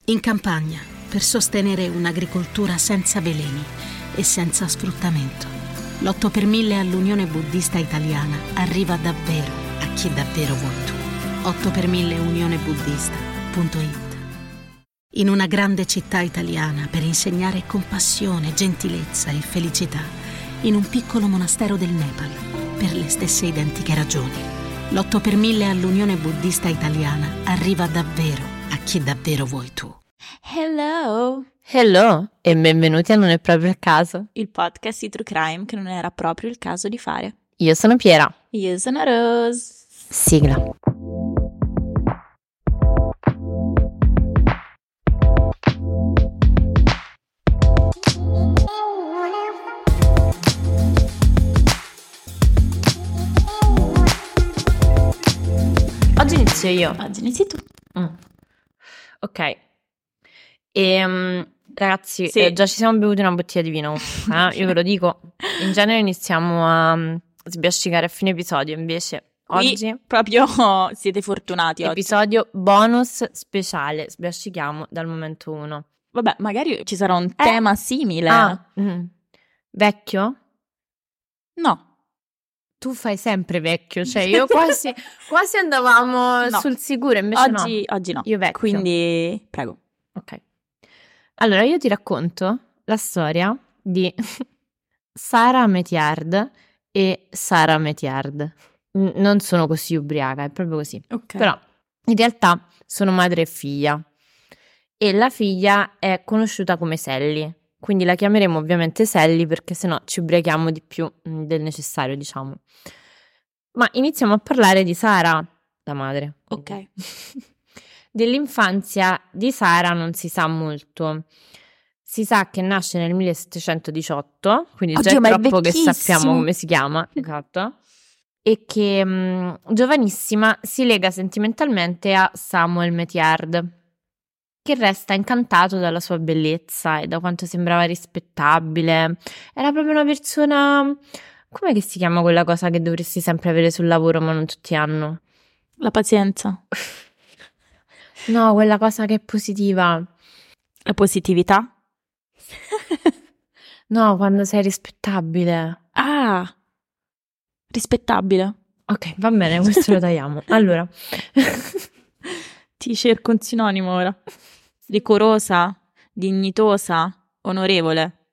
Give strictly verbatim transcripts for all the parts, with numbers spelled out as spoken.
In campagna, per sostenere un'agricoltura senza veleni e senza sfruttamento, l'otto per mille all'Unione Buddista Italiana arriva davvero a chi davvero vuoi tu. otto per mille unione buddista punto it. In una grande città italiana per insegnare compassione, gentilezza e felicità, in un piccolo monastero del Nepal, per le stesse identiche ragioni. L'otto per mille all'Unione Buddista Italiana arriva davvero a chi davvero vuoi tu. Hello! Hello e benvenuti a Non è proprio il caso, Il podcast di True Crime che non era proprio il caso di fare. Io sono Piera. Io sono Rose. Sigla. Oggi inizio io. Oggi inizi tu. Mm. Ok. E, um, ragazzi, Sì. eh, già ci siamo bevuti una bottiglia di vino. Eh? Io ve lo dico. In genere iniziamo a um, sbiascicare a fine episodio, invece Qui oggi proprio siete fortunati oggi. episodio bonus speciale. Sbiascichiamo dal momento uno. Vabbè, magari ci sarà un tema simile. Ah, mm. Vecchio? No. Tu fai sempre vecchio, cioè io quasi, quasi andavamo No. sul sicuro, invece Oggi, oggi no. no. Io vecchio. Quindi, prego. Ok. Allora, io ti racconto la storia di Sara Metiard e Sara Metiard. N- non sono così ubriaca, è proprio così. Ok. Però, in realtà, sono madre e figlia. E la figlia è conosciuta come Sally. Quindi la chiameremo ovviamente Sally perché sennò ci ubriachiamo di più mh, del necessario, diciamo. Ma iniziamo a parlare di Sara, la madre. Ok. Dell'infanzia di Sara non si sa molto. Si sa che nasce nel millesettecentodiciotto, quindi già Oddio, è ma è troppo che vecchissimo. sappiamo come si chiama, esatto. E che mh, giovanissima si lega sentimentalmente a Samuel Metiard, che resta incantato dalla sua bellezza e da quanto sembrava rispettabile. Era proprio una persona... Com'è che si chiama quella cosa che dovresti sempre avere sul lavoro ma non tutti hanno? La pazienza. No, quella cosa che è positiva. La positività. No, quando sei rispettabile. Ah, rispettabile. Ok, va bene, questo lo tagliamo. Allora, Ti cerco un sinonimo ora. Decorosa, dignitosa, onorevole,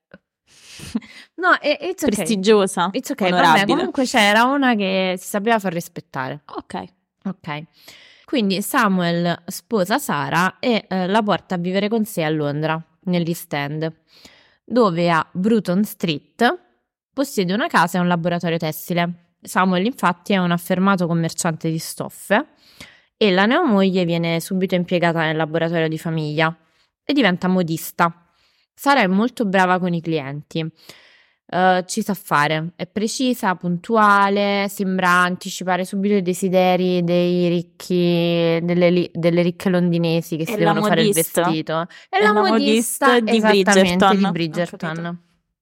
no, e- it's ok. prestigiosa, It's ok, vabbè, onorabile. comunque c'era una che si sapeva far rispettare. Ok. Ok. Quindi Samuel sposa Sara e eh, la porta a vivere con sé a Londra, nell'East End, dove a Bruton Street possiede una casa e un laboratorio tessile. Samuel infatti è un affermato commerciante di stoffe e la neomoglie viene subito impiegata nel laboratorio di famiglia e diventa modista. Sara è molto brava con i clienti. Uh, ci sa fare, è precisa, puntuale, sembra anticipare subito i desideri dei ricchi, delle, li- delle ricche londinesi che si È la devono fare il modista. vestito. È, È la, la modista, modista di esattamente, Bridgerton. di Ho Bridgerton. capito.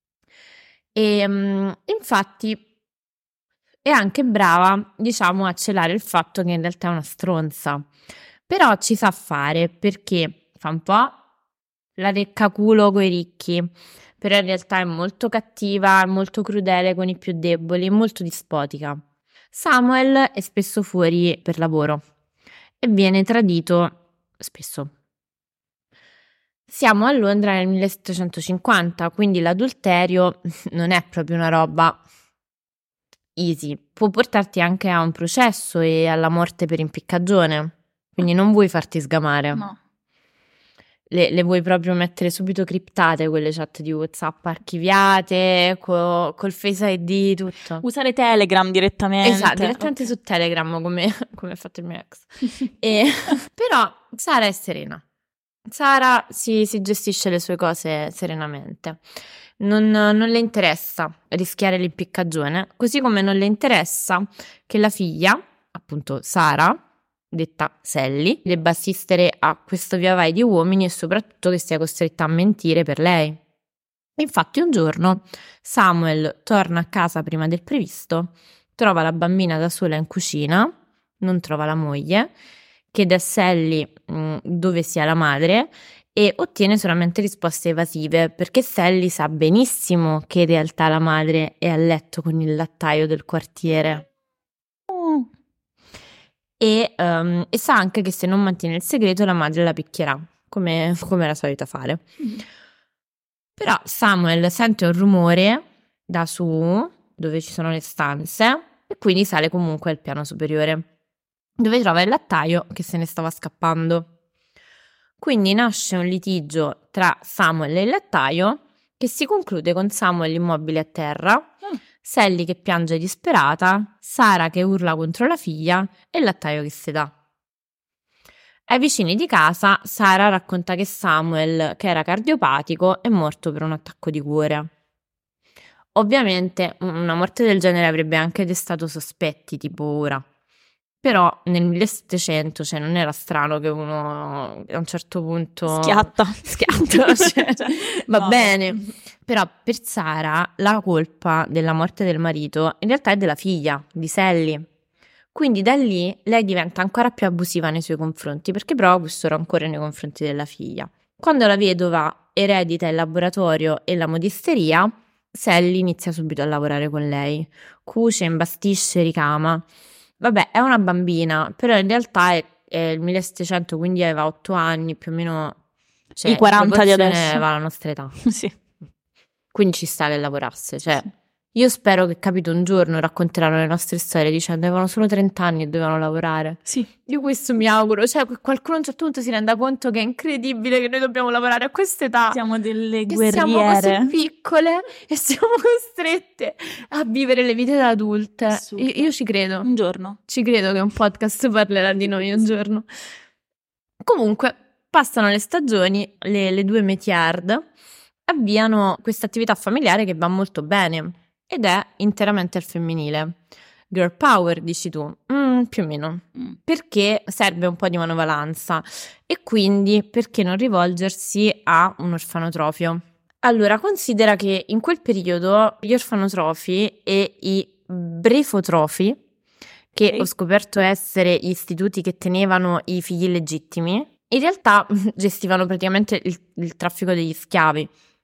E um, infatti è anche brava, diciamo, a celare il fatto che in realtà è una stronza. Però ci sa fare perché fa un po' la leccaculo coi ricchi, però in realtà è molto cattiva, molto crudele con i più deboli, molto dispotica. Samuel è spesso fuori per lavoro e viene tradito spesso. Siamo a Londra nel millesettecentocinquanta, quindi l'adulterio non è proprio una roba easy. Può portarti anche a un processo e alla morte per impiccagione, quindi non vuoi farti sgamare. No. Le, le vuoi proprio mettere subito criptate quelle chat di WhatsApp, archiviate, co- col Face I D, tutto. Usare Telegram direttamente. Esatto, direttamente su Telegram come, come ha fatto il mio ex. E, però Sara è serena. Sara si, si gestisce le sue cose serenamente. Non, non le interessa rischiare l'impiccagione, così come non le interessa che la figlia, appunto Sara, detta Sally, debba assistere a questo via vai di uomini e soprattutto che sia costretta a mentire per lei. Infatti un giorno Samuel torna a casa prima del previsto, trova la bambina da sola in cucina, non trova la moglie, chiede a Sally mh, dove sia la madre e ottiene solamente risposte evasive perché Sally sa benissimo che in realtà la madre è a letto con il lattaio del quartiere. Mm. E, um, e sa anche che se non mantiene il segreto la madre la picchierà, come, come era solita fare. Mm. Però Samuel sente un rumore da su, dove ci sono le stanze, e quindi sale comunque al piano superiore, dove trova il lattaio che se ne stava scappando. Quindi nasce un litigio tra Samuel e il lattaio che si conclude con Samuel immobile a terra, Mm. Sally che piange disperata, Sara che urla contro la figlia e il lattaio che si dà. Ai vicini di casa Sara racconta che Samuel, che era cardiopatico, è morto per un attacco di cuore. Ovviamente una morte del genere avrebbe anche destato sospetti, tipo ora. Però nel millesettecento, cioè, non era strano che uno a un certo punto Schiatta. schiatta, cioè, va No. bene. Però per Sara la colpa della morte del marito in realtà è della figlia, di Sally. Quindi da lì lei diventa ancora più abusiva nei suoi confronti perché prova questo rancore nei confronti della figlia. Quando la vedova eredita il laboratorio e la modisteria, Sally inizia subito a lavorare con lei. Cuce, imbastisce, ricama. Vabbè, è una bambina, però in realtà è, è il millesettecento, quindi aveva otto anni, più o meno, cioè, I quaranta di in proporzione adesso. aveva la nostra età. Sì. Quindi ci sta che lavorasse, cioè, io spero che, capito, un giorno racconteranno le nostre storie dicendo avevano solo trenta anni e dovevano lavorare. Sì. Io questo mi auguro, cioè che qualcuno a un certo punto si renda conto che è incredibile che noi dobbiamo lavorare a quest'età. Siamo delle Che guerriere. siamo così piccole e siamo costrette a vivere le vite da adulte. Assurdo. Io, io ci credo, Un giorno. ci credo che un podcast parlerà di noi un giorno. Comunque, passano le stagioni, le, le due Maillard avviano questa attività familiare che va molto bene ed è interamente al femminile. Girl power, dici tu? Mm, più o meno. Mm. Perché serve un po' di manovalanza e quindi perché non rivolgersi a un orfanotrofio? Allora, considera che in quel periodo gli orfanotrofi e i brefotrofi, che Ok. ho scoperto essere gli istituti che tenevano i figli illegittimi, in realtà gestivano praticamente il, il traffico degli schiavi.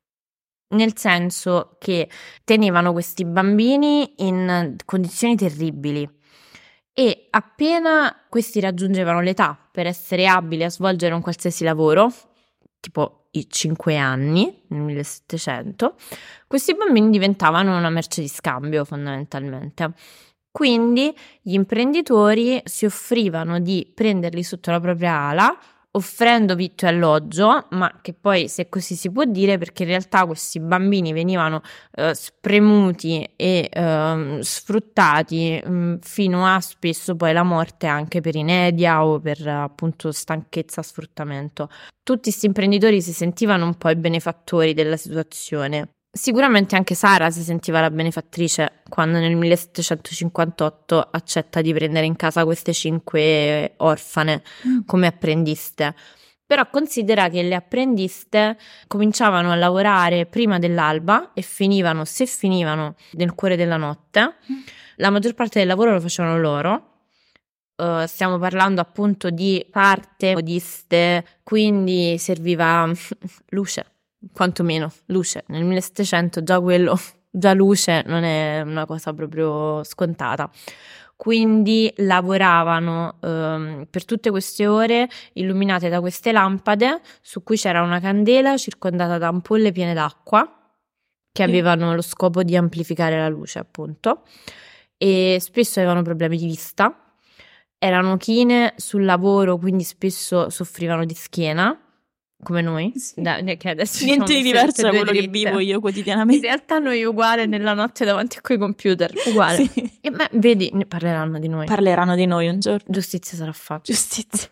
Nel senso che tenevano questi bambini in condizioni terribili e appena questi raggiungevano l'età per essere abili a svolgere un qualsiasi lavoro, tipo i cinque anni nel millesettecento, questi bambini diventavano una merce di scambio fondamentalmente. Quindi gli imprenditori si offrivano di prenderli sotto la propria ala, offrendo vitto e alloggio, ma che poi, se così si può dire, perché in realtà questi bambini venivano eh, spremuti e eh, sfruttati mh, fino a spesso poi la morte anche per inedia o per appunto stanchezza, sfruttamento. Tutti questi imprenditori si sentivano un po' i benefattori della situazione. Sicuramente anche Sara si sentiva la benefattrice quando nel millesettecentocinquantotto accetta di prendere in casa queste cinque orfane come apprendiste. Però considera che le apprendiste cominciavano a lavorare prima dell'alba e finivano, se finivano, nel cuore della notte. La maggior parte del lavoro lo facevano loro. Uh, stiamo parlando appunto di parte modiste, quindi serviva luce. Quantomeno luce, nel millesettecento già quello, già luce non è una cosa proprio scontata. Quindi lavoravano ehm, per tutte queste ore illuminate da queste lampade su cui c'era una candela circondata da ampolle piene d'acqua che avevano lo scopo di amplificare la luce, appunto, e spesso avevano problemi di vista, erano chine sul lavoro, quindi spesso soffrivano di schiena come noi, Sì. da, che adesso Niente siamo di diverso da tutte e due quello che dritte. vivo io In quotidianamente. realtà noi uguale nella notte davanti a quei computer, uguale. Sì. E beh, vedi, ne parleranno di noi. Parleranno di noi un giorno. Giustizia sarà fatta. Giustizia.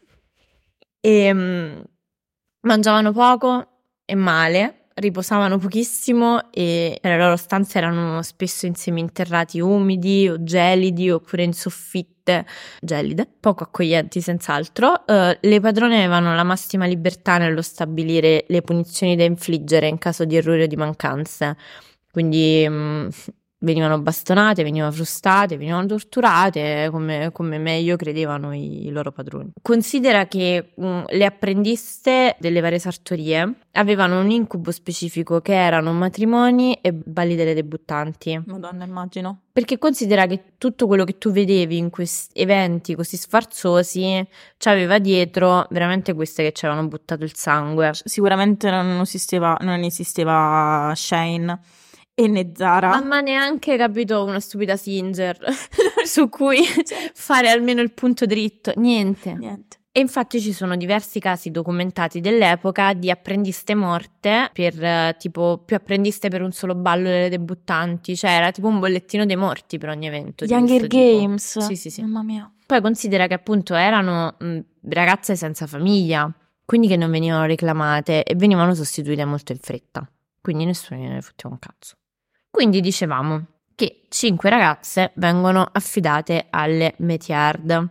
E mm, mangiavano poco e male, riposavano pochissimo e le loro stanze erano spesso in seminterrati umidi o gelidi oppure in soffitte gelide, poco accoglienti senz'altro. Uh, le padrone avevano la massima libertà nello stabilire le punizioni da infliggere in caso di errori o di mancanze, quindi um, venivano bastonate, venivano frustate, venivano torturate come, come meglio credevano i, i loro padroni. Considera che mh, le apprendiste delle varie sartorie avevano un incubo specifico che erano matrimoni e balli delle debuttanti. Madonna, immagino. Perché considera che tutto quello che tu vedevi in questi eventi così sfarzosi c'aveva dietro veramente queste che ci avevano buttato il sangue. Sicuramente non esisteva, non esisteva Shane e né Zara. Ma neanche, capito, una stupida Singer su cui fare almeno il punto dritto. Niente. Niente. E infatti ci sono diversi casi documentati dell'epoca di apprendiste morte per eh, tipo più apprendiste per un solo ballo delle debuttanti, cioè era tipo un bollettino dei morti per ogni evento. Gli Hunger Games. Sì, sì, sì. Mamma mia. Poi considera che appunto erano mh, ragazze senza famiglia, quindi che non venivano reclamate e venivano sostituite molto in fretta, quindi nessuno ne fotteva un cazzo. Quindi dicevamo che cinque ragazze vengono affidate alle Métiard,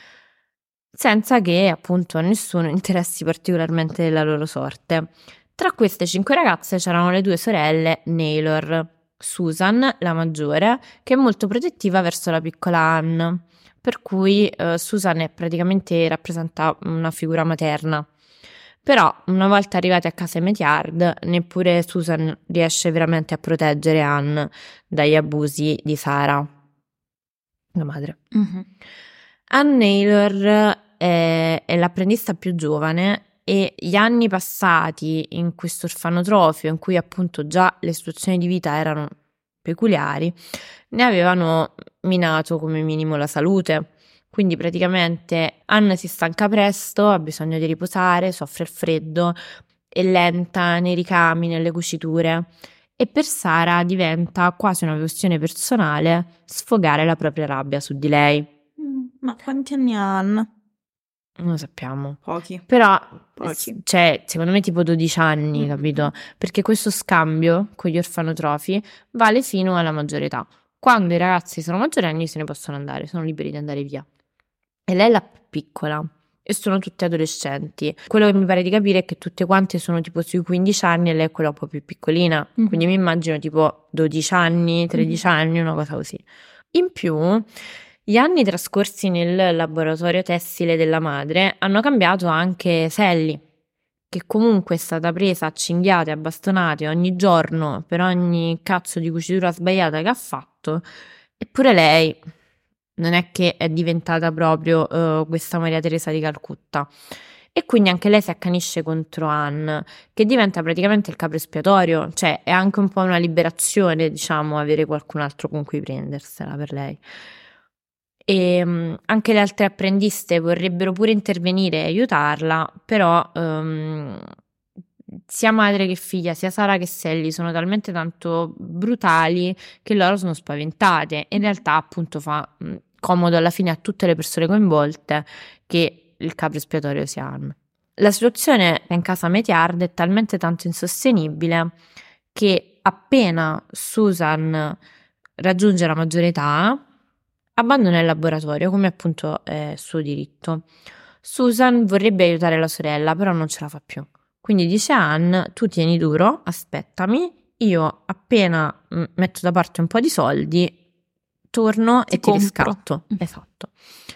senza che appunto a nessuno interessi particolarmente della loro sorte. Tra queste cinque ragazze c'erano le due sorelle Naylor, Susan, la maggiore, che è molto protettiva verso la piccola Anne, per cui eh, Susan è praticamente rappresenta una figura materna. Però una volta arrivati a casa ai Métiard, neppure Susan riesce veramente a proteggere Anne dagli abusi di Sara, la madre. Mm-hmm. Anne Naylor è, è l'apprendista più giovane e gli anni passati in questo orfanotrofio, in cui appunto già le situazioni di vita erano peculiari, ne avevano minato come minimo la salute. Quindi praticamente Anne si stanca presto, ha bisogno di riposare, soffre il freddo, è lenta nei ricami, nelle cuciture, e per Sara diventa quasi una questione personale sfogare la propria rabbia su di lei. Mm, ma quanti anni ha Anne? Non lo sappiamo. Pochi. Però, Pochi. cioè, secondo me tipo dodici anni, mm-hmm. capito? Perché questo scambio con gli orfanotrofi vale fino alla maggiore età. Quando i ragazzi sono maggiorenni se ne possono andare, sono liberi di andare via. E lei è la più piccola e sono tutte adolescenti. Quello che mi pare di capire è che tutte quante sono tipo sui quindici anni e lei è quella un po' più piccolina. Mm-hmm. Quindi mi immagino tipo dodici anni, tredici mm-hmm. anni, una cosa così. In più, gli anni trascorsi nel laboratorio tessile della madre hanno cambiato anche Sally, che comunque è stata presa a cinghiate, a bastonate ogni giorno per ogni cazzo di cucitura sbagliata che ha fatto. Eppure lei non è che è diventata proprio uh, questa Maria Teresa di Calcutta. E quindi anche lei si accanisce contro Anne, che diventa praticamente il capro espiatorio, cioè è anche un po' una liberazione, diciamo, avere qualcun altro con cui prendersela per lei. E um, anche le altre apprendiste vorrebbero pure intervenire e aiutarla, però um, sia madre che figlia, sia Sara che Sally sono talmente tanto brutali che loro sono spaventate e in realtà appunto fa mh, comodo alla fine a tutte le persone coinvolte che il capro espiatorio sia Anne. La situazione in casa Métiard è talmente tanto insostenibile che appena Susan raggiunge la maggiore età abbandona il laboratorio, come appunto è suo diritto. Susan vorrebbe aiutare la sorella, però non ce la fa più. Quindi dice a Anne, tu tieni duro, aspettami, io appena m- metto da parte un po' di soldi, torno ti e compro. Ti riscatto. Mm. Esatto.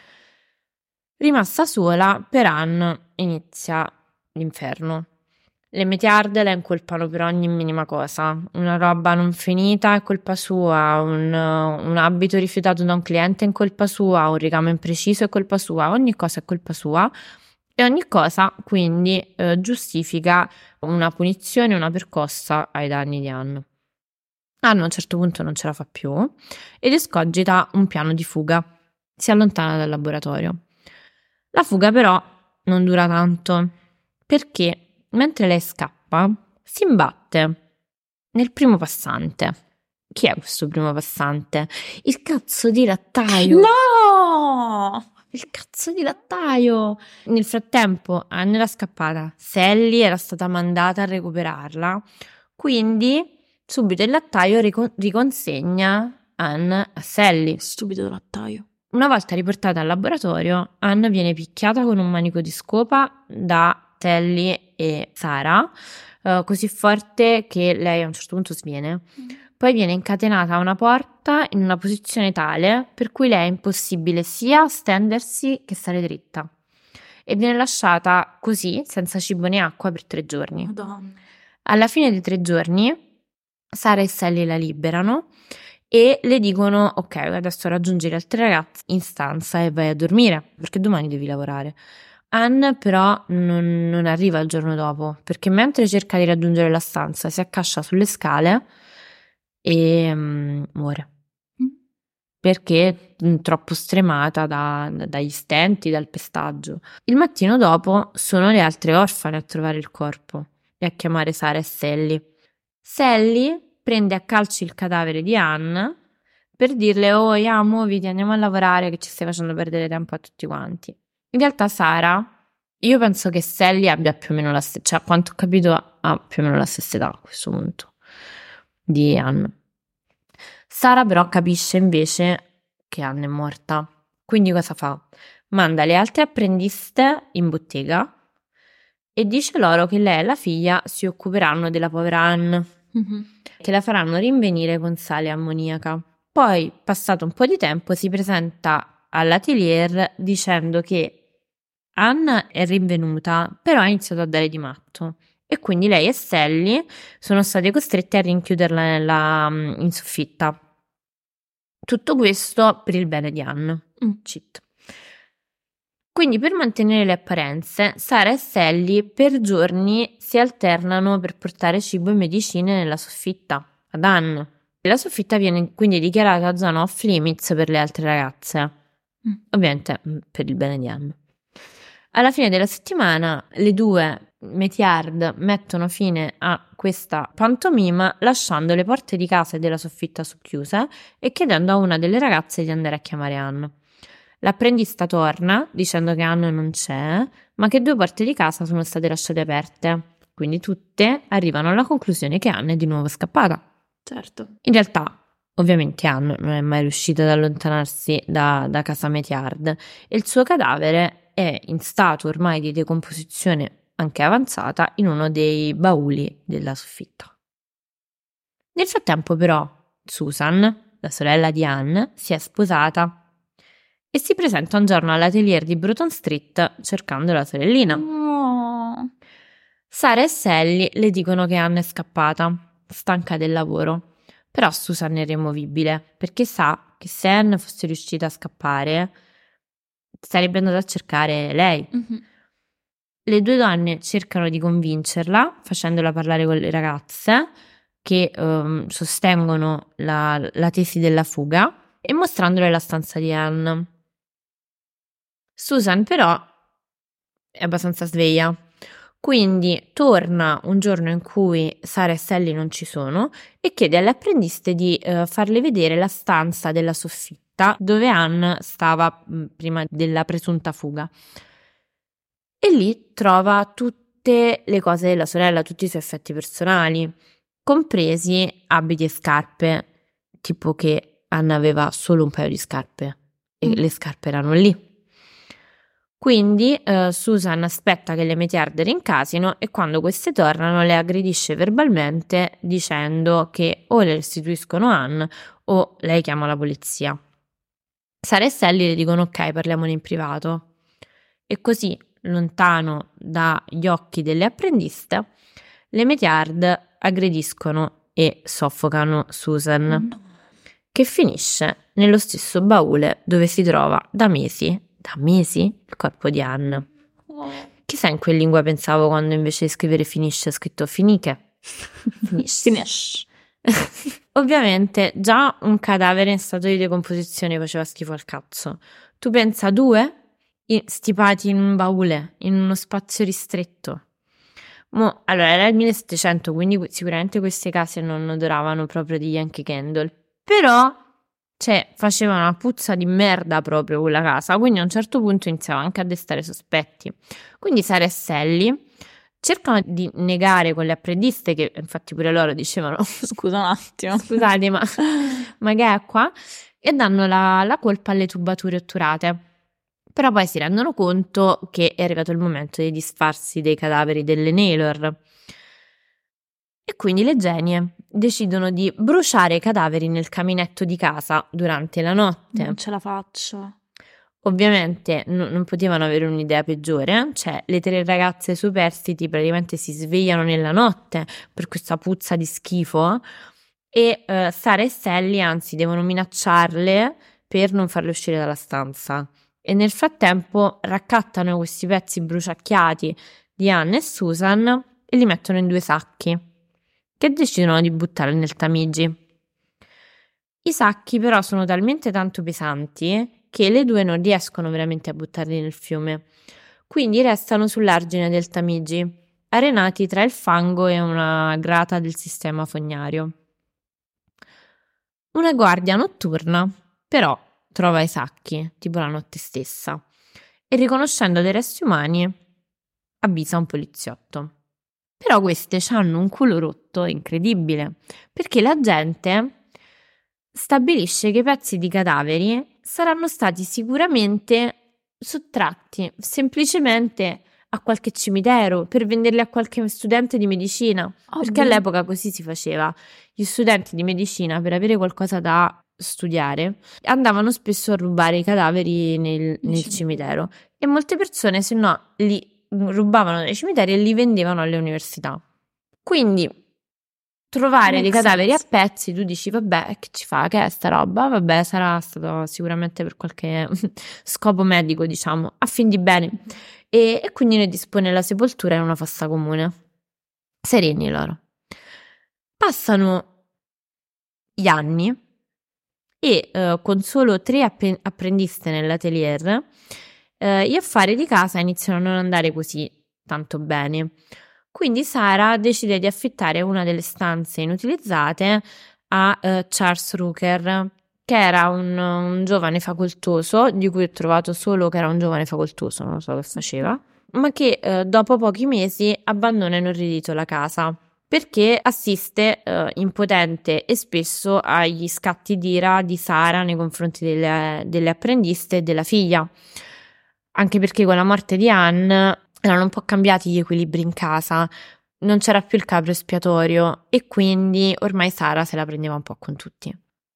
Rimasta sola, per Anne inizia l'inferno. Le Métiard la incolpano per ogni minima cosa. Una roba non finita è colpa sua, un, un abito rifiutato da un cliente è colpa sua, un ricamo impreciso è colpa sua, ogni cosa è colpa sua. E ogni cosa quindi eh, giustifica una punizione, una percossa ai danni di Anne. Anne a un certo punto non ce la fa più ed escogita un piano di fuga. Si allontana dal laboratorio. La fuga però non dura tanto, perché mentre lei scappa si imbatte nel primo passante. Chi è questo primo passante? Il cazzo di lattaio! No! Il cazzo di lattaio! Nel frattempo Anne era scappata, Sally era stata mandata a recuperarla, quindi subito il lattaio ricon- riconsegna Anne a Sally. Stupido lattaio. Una volta riportata al laboratorio, Anne viene picchiata con un manico di scopa da Sally e Sara, uh, così forte che lei a un certo punto sviene. Poi viene incatenata a una porta in una posizione tale per cui lei è impossibile sia stendersi che stare dritta. E viene lasciata così, senza cibo né acqua, per tre giorni. Madonna. Alla fine dei tre giorni, Sara e Sally la liberano e le dicono: ok, adesso raggiungi le altre ragazze in stanza e vai a dormire, perché domani devi lavorare. Anne però non, non arriva il giorno dopo, perché mentre cerca di raggiungere la stanza si accascia sulle scale e um, muore. Perché mh, troppo stremata da, dagli stenti, dal pestaggio. Il mattino dopo sono le altre orfane a trovare il corpo e a chiamare Sara e Sally. Sally prende a calci il cadavere di Anne per dirle: oh, yeah, muoviti, andiamo a lavorare che ci stai facendo perdere tempo a tutti quanti. In realtà Sara, io penso che Sally abbia più o meno la stessa, cioè a quanto ho capito ha più o meno la stessa età a questo punto di Anne. Sara però capisce invece che Anne è morta. Quindi cosa fa? Manda le altre apprendiste in bottega e dice loro che lei e la figlia si occuperanno della povera Anne, mm-hmm. che la faranno rinvenire con sale ammoniaca. Poi, passato un po' di tempo, si presenta all'atelier dicendo che Anne è rinvenuta, però ha iniziato a dare di matto. E quindi lei e Sally sono state costrette a rinchiuderla nella, in soffitta. Tutto questo per il bene di Anne. Mm, cheat. Quindi per mantenere le apparenze, Sara e Sally per giorni si alternano per portare cibo e medicine nella soffitta ad Anne. La soffitta viene quindi dichiarata zona off limits per le altre ragazze. Mm. Ovviamente per il bene di Anne. Alla fine della settimana le due Métiard mettono fine a questa pantomima lasciando le porte di casa e della soffitta socchiuse e chiedendo a una delle ragazze di andare a chiamare Anne. L'apprendista torna dicendo che Anne non c'è, ma che due porte di casa sono state lasciate aperte. Quindi tutte arrivano alla conclusione che Anne è di nuovo scappata. Certo. In realtà, ovviamente Anne non è mai riuscita ad allontanarsi da, da casa Métiard e il suo cadavere è in stato ormai di decomposizione anche avanzata in uno dei bauli della soffitta. Nel frattempo però Susan, la sorella di Anne, si è sposata e si presenta un giorno all'atelier di Bruton Street cercando la sorellina. Oh. Sara e Sally le dicono che Anne è scappata, stanca del lavoro, però Susan è irremovibile perché sa che se Anne fosse riuscita a scappare sarebbe andata a cercare lei. Mm-hmm. Le due donne cercano di convincerla facendola parlare con le ragazze che um, sostengono la, la tesi della fuga e mostrandole la stanza di Anne. Susan però è abbastanza sveglia, quindi torna un giorno in cui Sara e Sally non ci sono e chiede alle apprendiste di uh, farle vedere la stanza della soffitta dove Anne stava mh, prima della presunta fuga. E lì trova tutte le cose della sorella, tutti i suoi effetti personali, compresi abiti e scarpe, tipo che Anne aveva solo un paio di scarpe e mm. le scarpe erano lì. Quindi eh, Susan aspetta che le Métiard rincasino e quando queste tornano le aggredisce verbalmente dicendo che o le restituiscono Anne o lei chiama la polizia. Sara e Sally le dicono ok, parliamone in privato. E così, lontano dagli occhi delle apprendiste, le Métiard aggrediscono e soffocano Susan, che finisce nello stesso baule dove si trova da mesi Da mesi il corpo di Anne. Oh. Chissà in che lingua pensavo quando invece di scrivere finisce ho scritto finiche. Finisce. Ovviamente già un cadavere in stato di decomposizione faceva schifo al cazzo. Tu pensa due stipati in un baule, in uno spazio ristretto. Mo, allora era il millesettecento, quindi sicuramente queste case non odoravano proprio di Yankee Candle. Però cioè faceva una puzza di merda proprio quella casa, quindi a un certo punto iniziava anche a destare sospetti. Quindi Sara e Sally cercano di negare con le apprendiste, che infatti pure loro dicevano scusa un attimo, scusate ma, ma che è qua, e danno la, la colpa alle tubature otturate. Però poi si rendono conto che è arrivato il momento di disfarsi dei cadaveri delle Naylor. E quindi le genie decidono di bruciare i cadaveri nel caminetto di casa durante la notte. Non ce la faccio. Ovviamente n- non potevano avere un'idea peggiore, cioè le tre ragazze superstiti praticamente si svegliano nella notte per questa puzza di schifo e eh, Sara e Sally anzi devono minacciarle per non farle uscire dalla stanza e nel frattempo raccattano questi pezzi bruciacchiati di Anne e Susan e li mettono in due sacchi che decidono di buttare nel Tamigi. I sacchi però sono talmente tanto pesanti che le due non riescono veramente a buttarli nel fiume, quindi restano sull'argine del Tamigi, arenati tra il fango e una grata del sistema fognario. Una guardia notturna, però, trova i sacchi, tipo la notte stessa, e riconoscendo dei resti umani, avvisa un poliziotto. Però queste hanno un culo rotto incredibile, perché la gente stabilisce che i pezzi di cadaveri saranno stati sicuramente sottratti semplicemente a qualche cimitero per venderli a qualche studente di medicina, Oh, perché Dio. all'epoca così si faceva. Gli studenti di medicina, per avere qualcosa da studiare, andavano spesso a rubare i cadaveri nel, nel cimitero. cimitero e molte persone, se no, li rubavano dai cimiteri e li vendevano alle università. Quindi trovare Make dei cadaveri sense. a pezzi, tu dici vabbè, che ci fa, che è sta roba? Vabbè, sarà stato sicuramente per qualche scopo medico, diciamo, a fin di bene. E, e quindi ne dispone la sepoltura in una fossa comune. Sereni loro. Passano gli anni e eh, con solo tre app- apprendiste nell'atelier eh, gli affari di casa iniziano a non andare così tanto bene. Quindi Sara decide di affittare una delle stanze inutilizzate a eh, Charles Rooker, che era un, un giovane facoltoso, di cui ho trovato solo che era un giovane facoltoso, non so che faceva, ma che eh, dopo pochi mesi abbandona inorridito la casa, perché assiste eh, impotente e spesso agli scatti d'ira di Sara nei confronti delle, delle apprendiste e della figlia, anche perché con la morte di Anne erano un po' cambiati gli equilibri in casa, non c'era più il capro espiatorio e quindi ormai Sara se la prendeva un po' con tutti.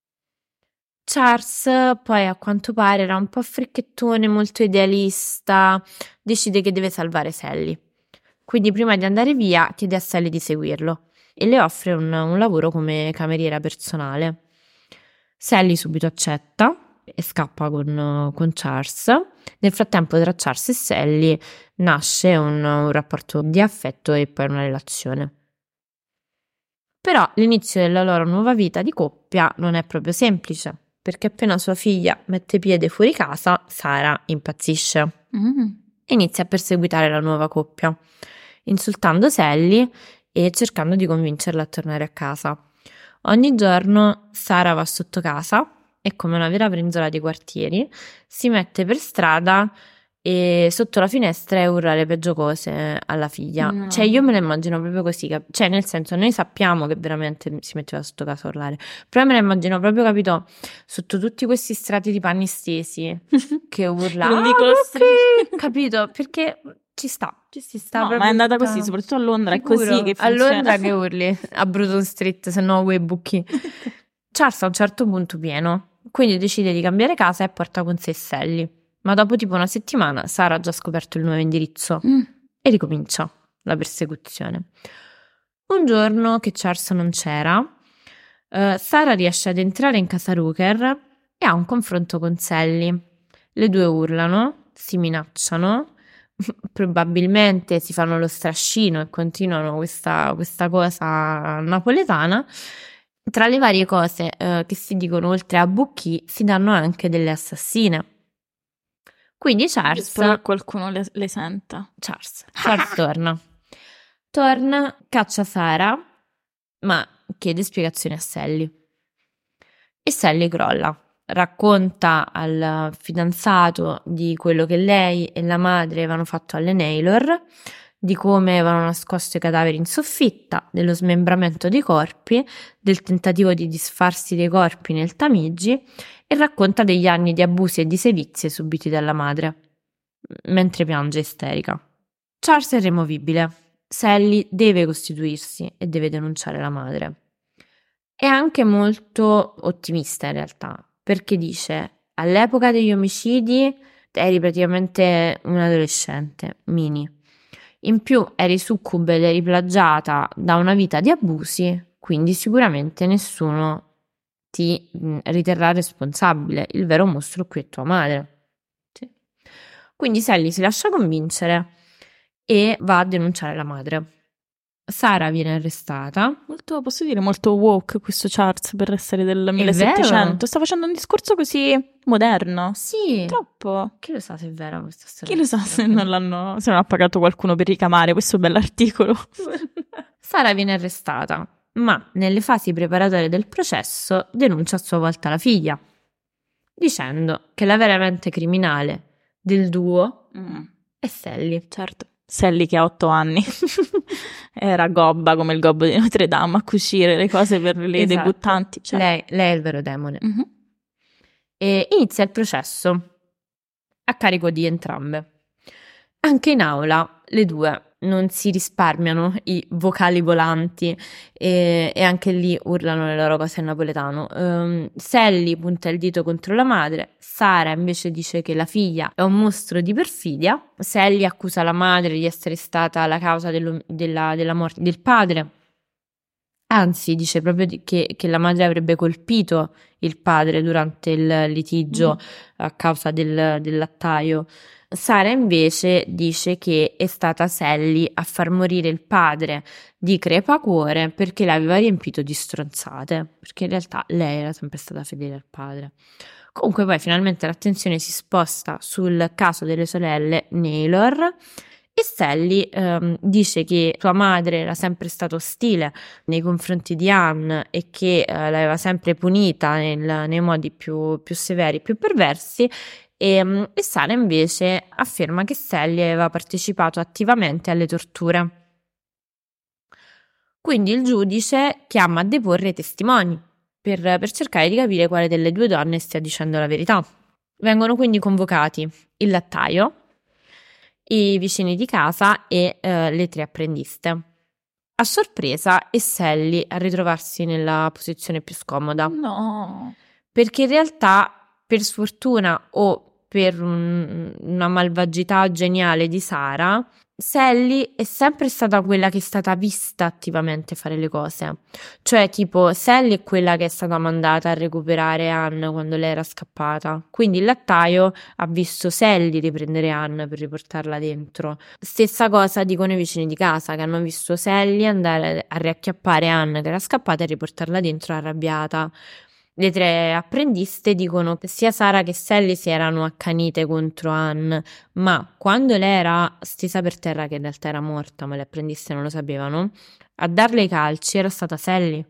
Charles poi a quanto pare era un po' fricchettone, molto idealista, decide che deve salvare Sally. Quindi prima di andare via chiede a Sally di seguirlo e le offre un, un lavoro come cameriera personale. Sally subito accetta e scappa con, con Charles. Nel frattempo tra Charles e Sally nasce un, un rapporto di affetto e poi una relazione. Però l'inizio della loro nuova vita di coppia non è proprio semplice, perché appena sua figlia mette piede fuori casa, Sara impazzisce Mm. e inizia a perseguitare la nuova coppia, insultando Sally e cercando di convincerla a tornare a casa. Ogni giorno Sara va sotto casa e, come una vera brinzola dei quartieri, si mette per strada e sotto la finestra e urla le peggio cose alla figlia. No. Cioè io me la immagino proprio così, cap- cioè nel senso noi sappiamo che veramente si metteva sotto casa a urlare, però me la immagino proprio, capito, sotto tutti questi strati di panni stesi che urla, Non "Ah, dico lo Cookie!" capito? Perché ci sta, ci sta No, ma proprio è andata tutta- così, soprattutto a Londra, Sicuro? è così che A funziona. Londra che urli, a Bruton Street, se no vuoi buchi. Charles a un certo punto pieno, quindi decide di cambiare casa e porta con sé Sally. Ma dopo tipo una settimana Sara ha già scoperto il nuovo indirizzo Mm. e ricomincia la persecuzione. Un giorno che Charles non c'era, eh, Sara riesce ad entrare in casa Rooker e ha un confronto con Sally. Le due urlano, si minacciano, probabilmente si fanno lo strascino e continuano questa, questa cosa napoletana. Tra le varie cose eh, che si dicono oltre a Bucchi si danno anche delle assassine. Quindi Charles, Spero che qualcuno le, le senta. Charles, Charles torna. Torna, caccia Sara, ma chiede spiegazioni a Sally. E Sally crolla. Racconta al fidanzato di quello che lei e la madre avevano fatto alle Naylor, di come avevano nascosto i cadaveri in soffitta, dello smembramento dei corpi, del tentativo di disfarsi dei corpi nel Tamigi e racconta degli anni di abusi e di sevizie subiti dalla madre, mentre piange isterica. Charles è irremovibile. Sally deve costituirsi e deve denunciare la madre. È anche molto ottimista in realtà, perché dice: all'epoca degli omicidi eri praticamente un adolescente, mini. In più eri succube ed eri plagiata da una vita di abusi, quindi sicuramente nessuno ti mh, riterrà responsabile. Il vero mostro qui è tua madre. Sì. Quindi Sally si lascia convincere e va a denunciare la madre. Sara viene arrestata. Molto, posso dire, molto woke questo Charles per essere del È millesettecento. vero? Sta facendo un discorso così moderno. Sì. Troppo. Chi lo sa se è vera questa storia? Chi lo sa se non l'hanno, se non ha pagato qualcuno per ricamare questo bell'articolo. Sara viene arrestata, ma nelle fasi preparatorie del processo denuncia a sua volta la figlia, dicendo che la vera mente criminale del duo Mm, è Sally. certo. Sally che ha otto anni. Era gobba come il gobbo di Notre Dame a cucire le cose per le Esatto. debuttanti. Certo. Lei, lei è il vero demone. Mhm. E inizia il processo a carico di entrambe. Anche in aula le due non si risparmiano i vocali volanti e, e anche lì urlano le loro cose in napoletano. Um, Sally punta il dito contro la madre, Sara invece dice che la figlia è un mostro di perfidia. Sally accusa la madre di essere stata la causa dello- della, della morte del padre. Anzi, dice proprio di- che, che la madre avrebbe colpito il padre durante il litigio Mm. a causa del, del lattaio. Sara invece dice che è stata Sally a far morire il padre di crepacuore perché l'aveva riempito di stronzate, perché in realtà lei era sempre stata fedele al padre. Comunque poi finalmente l'attenzione si sposta sul caso delle sorelle Naylor e Sally ehm, dice che sua madre era sempre stata ostile nei confronti di Anne e che eh, l'aveva sempre punita nel- nei modi più, più severi, più perversi. E, mm, e Sara invece afferma che Sally aveva partecipato attivamente alle torture. Quindi il giudice chiama a deporre i testimoni per, per cercare di capire quale delle due donne stia dicendo la verità. Vengono quindi convocati il lattaio, i vicini di casa e eh, le tre apprendiste. A sorpresa è Sally a ritrovarsi nella posizione più scomoda, No. perché in realtà, per sfortuna o per un- una malvagità geniale di Sara, Sally è sempre stata quella che è stata vista attivamente fare le cose. Cioè, tipo, Sally è quella che è stata mandata a recuperare Anne quando lei era scappata. Quindi il lattaio ha visto Sally riprendere Anne per riportarla dentro. Stessa cosa dicono i vicini di casa, che hanno visto Sally andare a riacchiappare Anne che era scappata e riportarla dentro arrabbiata. Le tre apprendiste dicono che sia Sara che Sally si erano accanite contro Anne, ma quando lei era stesa per terra, che in realtà era morta, ma le apprendiste non lo sapevano, a darle i calci era stata Sally.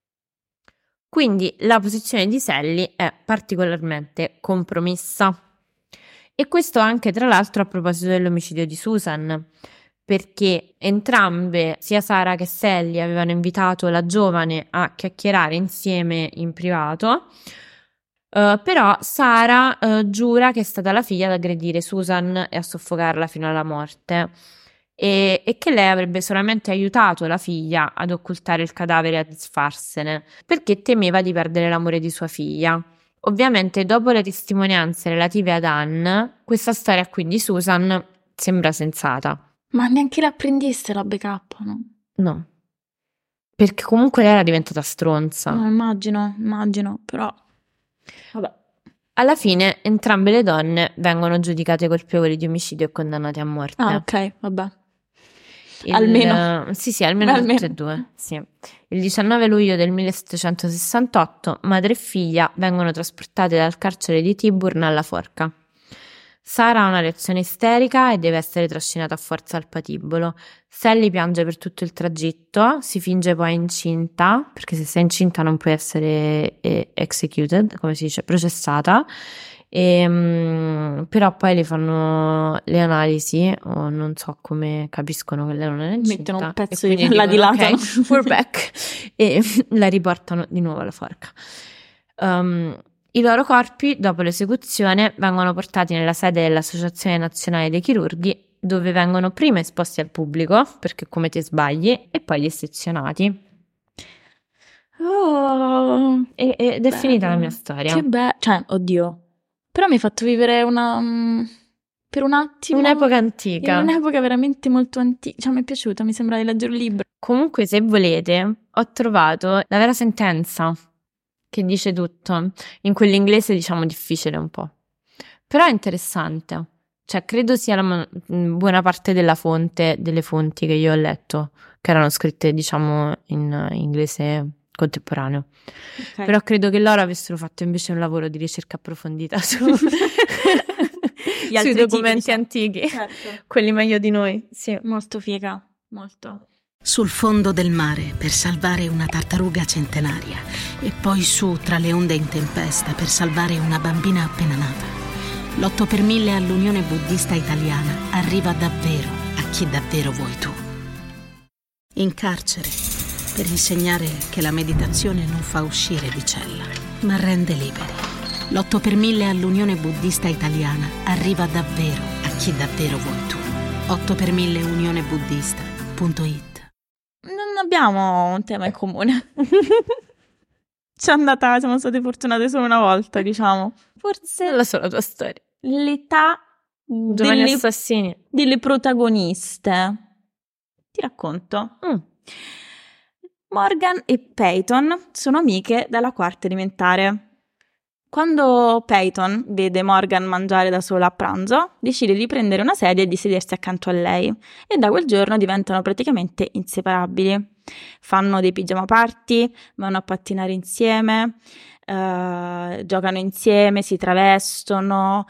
Quindi la posizione di Sally è particolarmente compromessa. E questo anche tra l'altro a proposito dell'omicidio di Susan, perché entrambe, sia Sara che Sally, avevano invitato la giovane a chiacchierare insieme in privato, eh, però Sara eh, giura che è stata la figlia ad aggredire Susan e a soffocarla fino alla morte e, e che lei avrebbe solamente aiutato la figlia ad occultare il cadavere e a disfarsene, perché temeva di perdere l'amore di sua figlia. Ovviamente dopo le testimonianze relative ad Anne, questa storia quindi Susan sembra sensata. Ma neanche l'apprendiste la backup, no? No, perché comunque lei era diventata stronza. No, immagino, immagino, però... Vabbè. Alla fine entrambe le donne vengono giudicate colpevoli di omicidio e condannate a morte. Ah, ok, vabbè. Il- Almeno. Sì, sì, almeno, Almeno. tutte e due. Sì. Il diciannove luglio del millesettecentosessantotto madre e figlia vengono trasportate dal carcere di Tyburn alla forca. Sara ha una reazione isterica e deve essere trascinata a forza al patibolo. Sally piange per tutto il tragitto, si finge poi incinta, perché se sei incinta non puoi essere eh, executed, come si dice, processata. E, mm, però poi le fanno le analisi, o non so come capiscono che lei non è incinta. Mettono un pezzo e di- quindi la dicono, dilatano. "Ok, we're back", e la riportano di nuovo alla forca. Um, I loro corpi, dopo l'esecuzione, vengono portati nella sede dell'Associazione Nazionale dei Chirurghi, dove vengono prima esposti al pubblico, perché come te sbagli, e poi dissezionati. Oh, E- Ed è bello. finita la mia storia. Che bello. Cioè, oddio. Però mi hai fatto vivere una... mm, per un attimo... Un'epoca in antica. un'epoca veramente molto antica. Cioè, mi è piaciuta, mi sembra di leggere un libro. Comunque, se volete, ho trovato la vera sentenza che dice tutto. In quell'inglese, diciamo, difficile un po'. Però è interessante. Cioè, credo sia la ma- mh, buona parte della fonte, delle fonti che io ho letto, che erano scritte, diciamo, in eh, inglese contemporaneo. Ok. Però credo che loro avessero fatto invece un lavoro di ricerca approfondita su Gli altri sui tipi, documenti diciamo. antichi, Certo. quelli meglio di noi. Sì. Molto figa, molto. Sul fondo del mare per salvare una tartaruga centenaria e poi su tra le onde in tempesta per salvare una bambina appena nata. L'otto per mille all'Unione Buddista Italiana arriva davvero a chi davvero vuoi tu. In carcere per insegnare che la meditazione non fa uscire di cella, ma rende liberi. L'otto per mille all'Unione Buddista Italiana arriva davvero a chi davvero vuoi tu. otto per mille unione buddista punto it. Non abbiamo un tema in comune. Ci è andata, siamo state fortunate solo una volta, diciamo. Forse Non la so la tua storia. l'età Giovani delle, assassini. delle protagoniste. Ti racconto. Mm. Morgan e Peyton sono amiche dalla quarta elementare. Quando Peyton vede Morgan mangiare da sola a pranzo, decide di prendere una sedia e di sedersi accanto a lei, e da quel giorno diventano praticamente inseparabili. Fanno dei pigiama party, vanno a pattinare insieme, eh, giocano insieme, si travestono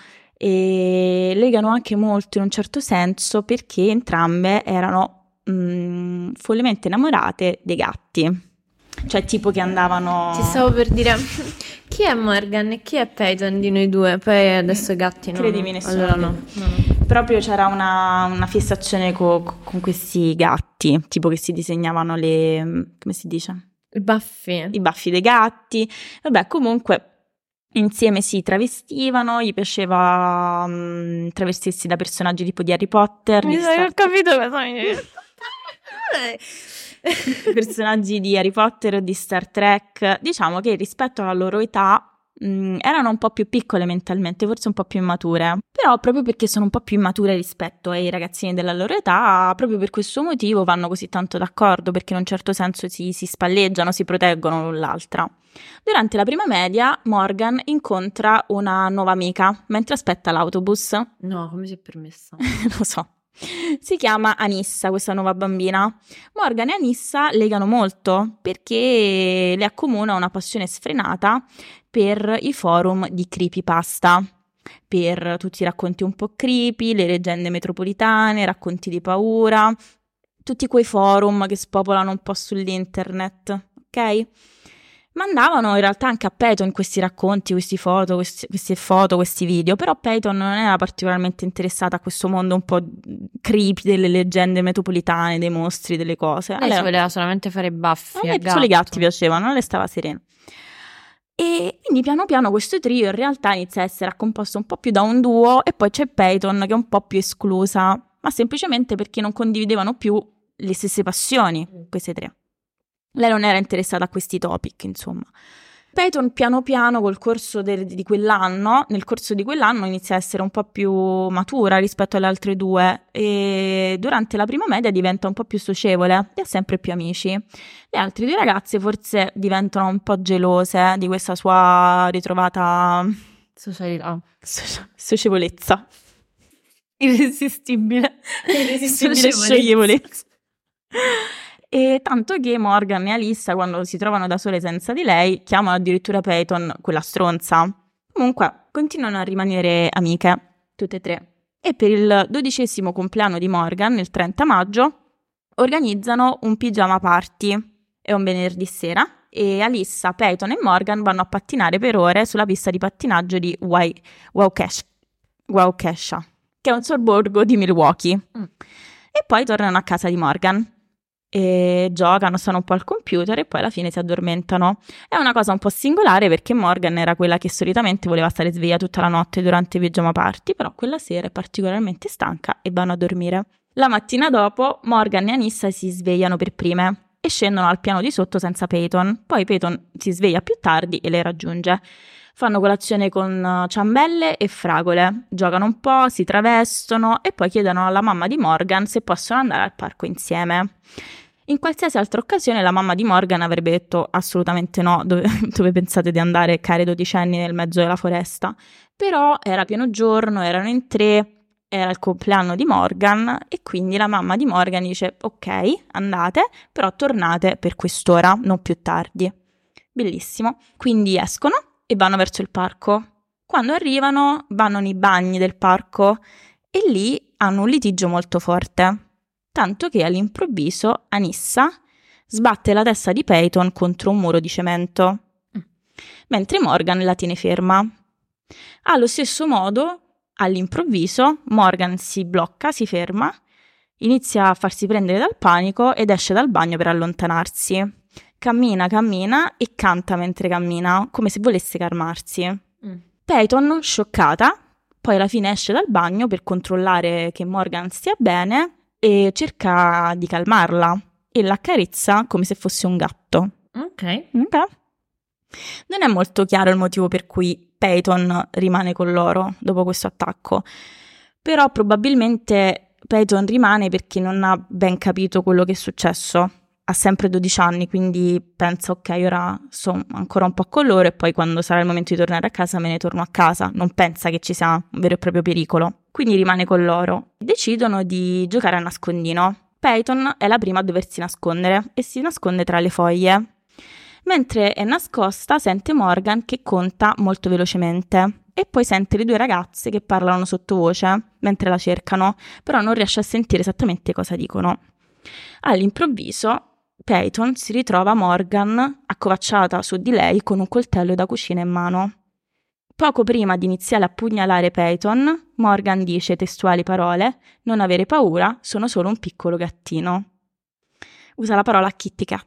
e legano anche molto in un certo senso perché entrambe erano mm, follemente innamorate dei gatti. Cioè tipo che andavano... Ti stavo per dire chi è Morgan e chi è Peyton di noi due, poi adesso i gatti no. Credimi, nessuno. Allora no. no, no. Proprio c'era una, una fissazione co- co- con questi gatti, tipo che si disegnavano le... come si dice? I baffi. I baffi dei gatti. Vabbè, comunque insieme si travestivano, gli piaceva mm, travestirsi da personaggi tipo di Harry Potter, Mi di sa che ho Star- capito cosa mi dici. personaggi di Harry Potter o di Star Trek. Diciamo che rispetto alla loro età mh, erano un po' più piccole mentalmente, forse un po' più immature, però proprio perché sono un po' più immature rispetto ai ragazzini della loro età, proprio per questo motivo vanno così tanto d'accordo, perché in un certo senso si, si spalleggiano, si proteggono l'un l'altra. Durante la prima media Morgan incontra una nuova amica mentre aspetta l'autobus. No, come si è permessa? Lo so. Si chiama Anissa, questa nuova bambina. Morgan e Anissa legano molto perché le accomuna una passione sfrenata per i forum di creepypasta, per tutti i racconti un po' creepy, le leggende metropolitane, racconti di paura, tutti quei forum che spopolano un po' sull'internet, ok? Mandavano in realtà anche a Peyton questi racconti, questi foto, questi, queste foto, questi video, però Peyton non era particolarmente interessata a questo mondo un po' creepy delle leggende metropolitane, dei mostri, delle cose. Lei Allora, voleva solamente fare i baffi a al lei solo i gatti gatto. piacevano, non le stava serena. E quindi piano piano questo trio in realtà inizia a essere composto un po' più da un duo, e poi c'è Peyton che è un po' più esclusa, ma semplicemente perché non condividevano più le stesse passioni, queste tre. Lei non era interessata a questi topic, insomma. Peyton piano piano col corso del- di quell'anno, nel corso di quell'anno inizia a essere un po' più matura rispetto alle altre due, e durante la prima media diventa un po' più socievole e ha sempre più amici. Le altre due ragazze forse diventano un po' gelose di questa sua ritrovata Socialità. socia- socievolezza. Irresistibile. Irresistibile scioglievolezza. E tanto che Morgan e Alissa, quando si trovano da sole senza di lei, chiamano addirittura Peyton quella stronza. Comunque, continuano a rimanere amiche, tutte e tre. E per il dodicesimo compleanno di Morgan, il trenta maggio, organizzano un pigiama party. È un venerdì sera e Alissa, Peyton e Morgan vanno a pattinare per ore sulla pista di pattinaggio di Wai- Waukesha, Waukesha, che è un sobborgo di Milwaukee. Mm. E poi tornano a casa di Morgan e giocano, stanno un po' al computer e poi alla fine si addormentano. È una cosa un po' singolare perché Morgan era quella che solitamente voleva stare sveglia tutta la notte durante i pigiama party, però quella sera è particolarmente stanca e vanno a dormire. La mattina dopo Morgan e Anissa si svegliano per prime e scendono al piano di sotto senza Peyton. Poi Peyton si sveglia più tardi e le raggiunge. Fanno colazione con ciambelle e fragole, giocano un po', si travestono e poi chiedono alla mamma di Morgan se possono andare al parco insieme. In qualsiasi altra occasione la mamma di Morgan avrebbe detto assolutamente no, dove, dove pensate di andare, care dodicenni, nel mezzo della foresta? Però era pieno giorno, erano in tre, era il compleanno di Morgan e quindi la mamma di Morgan dice ok, andate, però tornate per quest'ora, non più tardi. Bellissimo. Quindi escono e vanno verso il parco. Quando arrivano vanno nei bagni del parco e lì hanno un litigio molto forte, tanto che all'improvviso Anissa sbatte la testa di Peyton contro un muro di cemento, mentre Morgan la tiene ferma. Allo stesso modo, all'improvviso, Morgan si blocca, si ferma, inizia a farsi prendere dal panico ed esce dal bagno per allontanarsi. Cammina, cammina e canta mentre cammina, come se volesse calmarsi. Mm. Peyton, scioccata, poi alla fine esce dal bagno per controllare che Morgan stia bene e cerca di calmarla e la accarezza come se fosse un gatto. Ok. Ok. Non è molto chiaro il motivo per cui Peyton rimane con loro dopo questo attacco, però probabilmente Peyton rimane perché non ha ben capito quello che è successo. Ha sempre dodici anni, quindi pensa ok, ora sono ancora un po' con loro e poi quando sarà il momento di tornare a casa me ne torno a casa. Non pensa che ci sia un vero e proprio pericolo, quindi rimane con loro. Decidono di giocare a nascondino. Peyton è la prima a doversi nascondere e si nasconde tra le foglie. Mentre è nascosta sente Morgan che conta molto velocemente e poi sente le due ragazze che parlano sottovoce mentre la cercano, però non riesce a sentire esattamente cosa dicono. All'improvviso Peyton si ritrova Morgan accovacciata su di lei con un coltello da cucina in mano. Poco prima di iniziare a pugnalare Peyton, Morgan dice testuali parole: non avere paura, sono solo un piccolo gattino. Usa la parola kitty cat.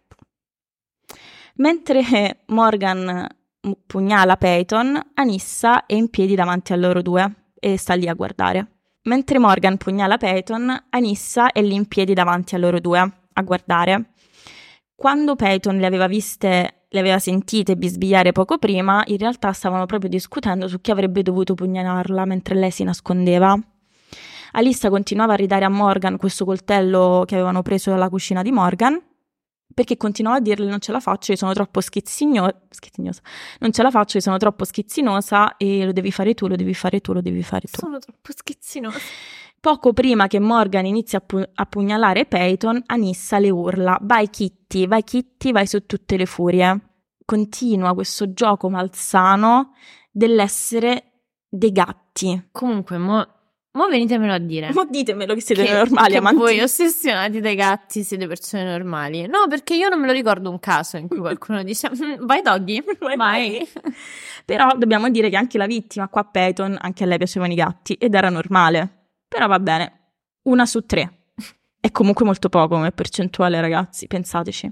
Mentre Morgan pugnala Peyton, Anissa è in piedi davanti a loro due e sta lì a guardare. Mentre Morgan pugnala Peyton, Anissa è lì in piedi davanti a loro due a guardare. Quando Peyton le aveva viste, le aveva sentite bisbigliare poco prima, in realtà stavano proprio discutendo su chi avrebbe dovuto pugnalarla mentre lei si nascondeva. Anissa continuava a ridare a Morgan questo coltello che avevano preso dalla cucina di Morgan, perché continuava a dirle non ce la faccio, io sono troppo schizzigno- schizzignosa, non ce la faccio, io sono troppo schizzinosa e lo devi fare tu, lo devi fare tu, lo devi fare tu. Sono troppo schizzinosa. Poco prima che Morgan inizi a, pu- a pugnalare Peyton, Anissa le urla: vai Kitty, vai Kitty, vai su tutte le furie. Continua questo gioco malsano dell'essere dei gatti. Comunque, mo, mo venitemelo a dire. Ma ditemelo che siete che, normali, che amanti. voi ossessionati dai gatti siete persone normali. No, perché io non me lo ricordo un caso in cui qualcuno dice vai Doggy, vai, vai. Però dobbiamo dire che anche la vittima, qua Peyton, anche a lei piacevano i gatti ed era normale. Però va bene, una su tre. È comunque molto poco come percentuale, ragazzi, pensateci.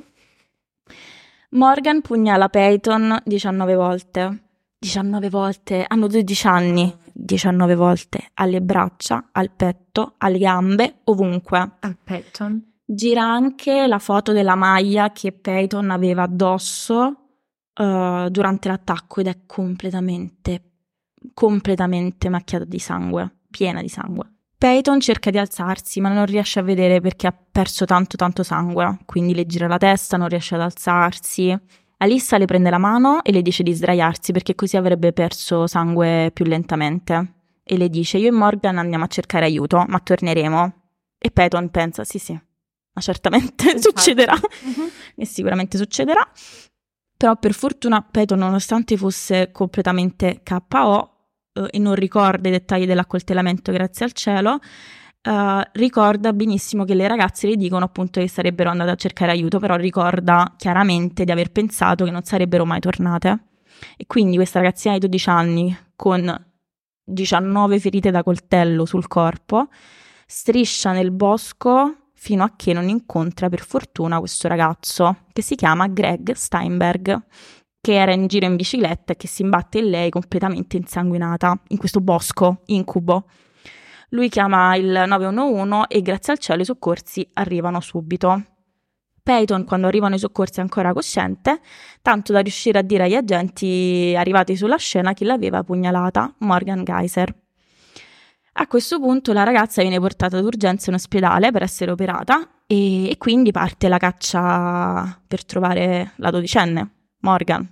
Morgan pugnala Peyton diciannove volte. diciannove volte, hanno dodici anni. diciannove volte, alle braccia, al petto, alle gambe, ovunque. Al Peyton. Gira anche la foto della maglia che Peyton aveva addosso uh, durante l'attacco ed è completamente, completamente macchiata di sangue. Piena di sangue. Peyton cerca di alzarsi ma non riesce a vedere perché ha perso tanto tanto sangue, quindi le gira la testa, non riesce ad alzarsi. Anissa le prende la mano e le dice di sdraiarsi perché così avrebbe perso sangue più lentamente e le dice: io e Morgan andiamo a cercare aiuto ma torneremo. E Peyton pensa: sì sì, ma certamente succederà. Uh-huh. E sicuramente succederà. Però per fortuna Peyton, nonostante fosse completamente K O e non ricorda i dettagli dell'accoltellamento, grazie al cielo, uh, ricorda benissimo che le ragazze le dicono appunto che sarebbero andate a cercare aiuto, però ricorda chiaramente di aver pensato che non sarebbero mai tornate. E quindi questa ragazzina di dodici anni con diciannove ferite da coltello sul corpo striscia nel bosco fino a che non incontra per fortuna questo ragazzo che si chiama Greg Steinberg, che era in giro in bicicletta e che si imbatte in lei completamente insanguinata in questo bosco incubo. Lui chiama il nove uno uno e grazie al cielo i soccorsi arrivano subito. Peyton, quando arrivano i soccorsi, è ancora cosciente, tanto da riuscire a dire agli agenti arrivati sulla scena chi l'aveva pugnalata, Morgan Geyser. A questo punto la ragazza viene portata d'urgenza in ospedale per essere operata e, e quindi parte la caccia per trovare la dodicenne, Morgan.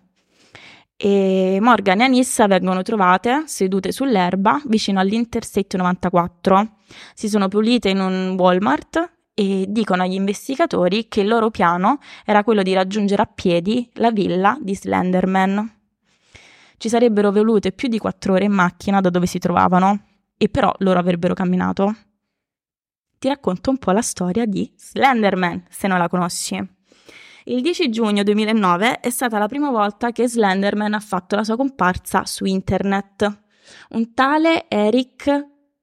E Morgan e Anissa vengono trovate sedute sull'erba vicino all'Interstate novantaquattro. Si sono pulite in un Walmart e dicono agli investigatori che il loro piano era quello di raggiungere a piedi la villa di Slenderman. Ci sarebbero volute più di quattro ore in macchina da dove si trovavano, e però loro avrebbero camminato. Ti racconto un po' la storia di Slenderman, se non la conosci. Il dieci giugno duemilanove è stata la prima volta che Slenderman ha fatto la sua comparsa su internet. Un tale Eric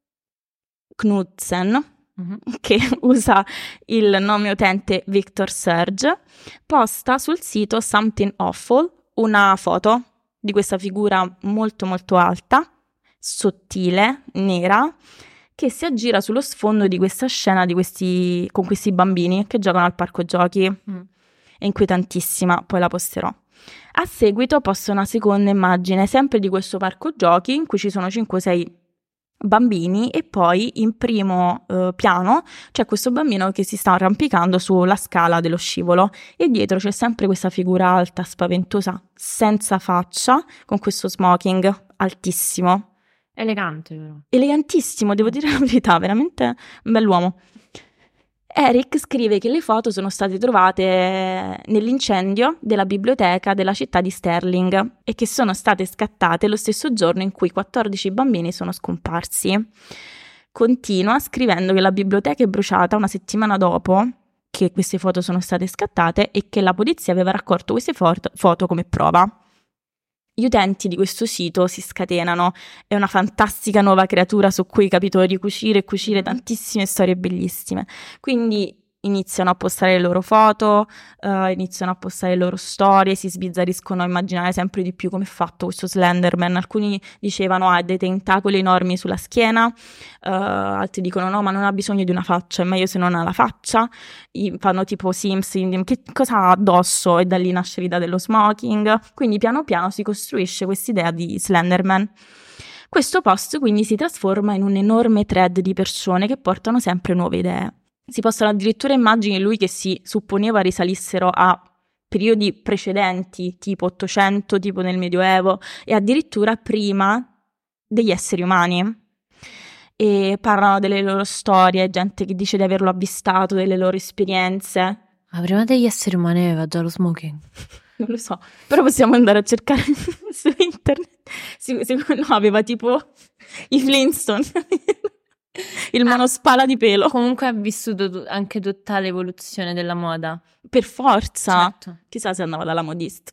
Knudsen, mm-hmm. che usa il nome utente Victor Surge, posta sul sito Something Awful una foto di questa figura molto molto alta, sottile, nera, che si aggira sullo sfondo di questa scena di questi, con questi bambini che giocano al parco giochi. Mm. È inquietantissima, poi la posterò. A seguito posto una seconda immagine, sempre di questo parco giochi, in cui ci sono cinque o sei bambini e poi in primo eh, piano c'è questo bambino che si sta arrampicando sulla scala dello scivolo e dietro c'è sempre questa figura alta, spaventosa, senza faccia, con questo smoking altissimo. Elegante, però. Elegantissimo, devo dire la verità, veramente un bell'uomo. Eric scrive che le foto sono state trovate nell'incendio della biblioteca della città di Sterling e che sono state scattate lo stesso giorno in cui quattordici bambini sono scomparsi. Continua scrivendo che la biblioteca è bruciata una settimana dopo che queste foto sono state scattate e che la polizia aveva raccolto queste foto, foto come prova. Gli utenti di questo sito si scatenano, è una fantastica nuova creatura su cui, capito, ricucire e cucire tantissime storie bellissime. Quindi iniziano a postare le loro foto, uh, iniziano a postare le loro storie, si sbizzarriscono a immaginare sempre di più come è fatto questo Slenderman. Alcuni dicevano ha dei tentacoli enormi sulla schiena, uh, altri dicono no, ma non ha bisogno di una faccia, è meglio se non ha la faccia. I, fanno tipo Sims, che cosa ha addosso, e da lì nasce l'idea dello smoking. Quindi piano piano si costruisce quest'idea di Slenderman. Questo post quindi si trasforma in un enorme thread di persone che portano sempre nuove idee. Si postano addirittura immagini di lui che si supponeva risalissero a periodi precedenti, tipo Ottocento, tipo nel Medioevo, e addirittura prima degli esseri umani. E parlano delle loro storie, gente che dice di averlo avvistato, delle loro esperienze. Ma prima degli esseri umani aveva già lo smoking? Non lo so, però possiamo andare a cercare su internet. Si, si, no, aveva tipo i Flintstone. Il monospala di pelo. Comunque ha vissuto tu- anche tutta l'evoluzione della moda. Per forza. Certo. Chissà se andava dalla modista.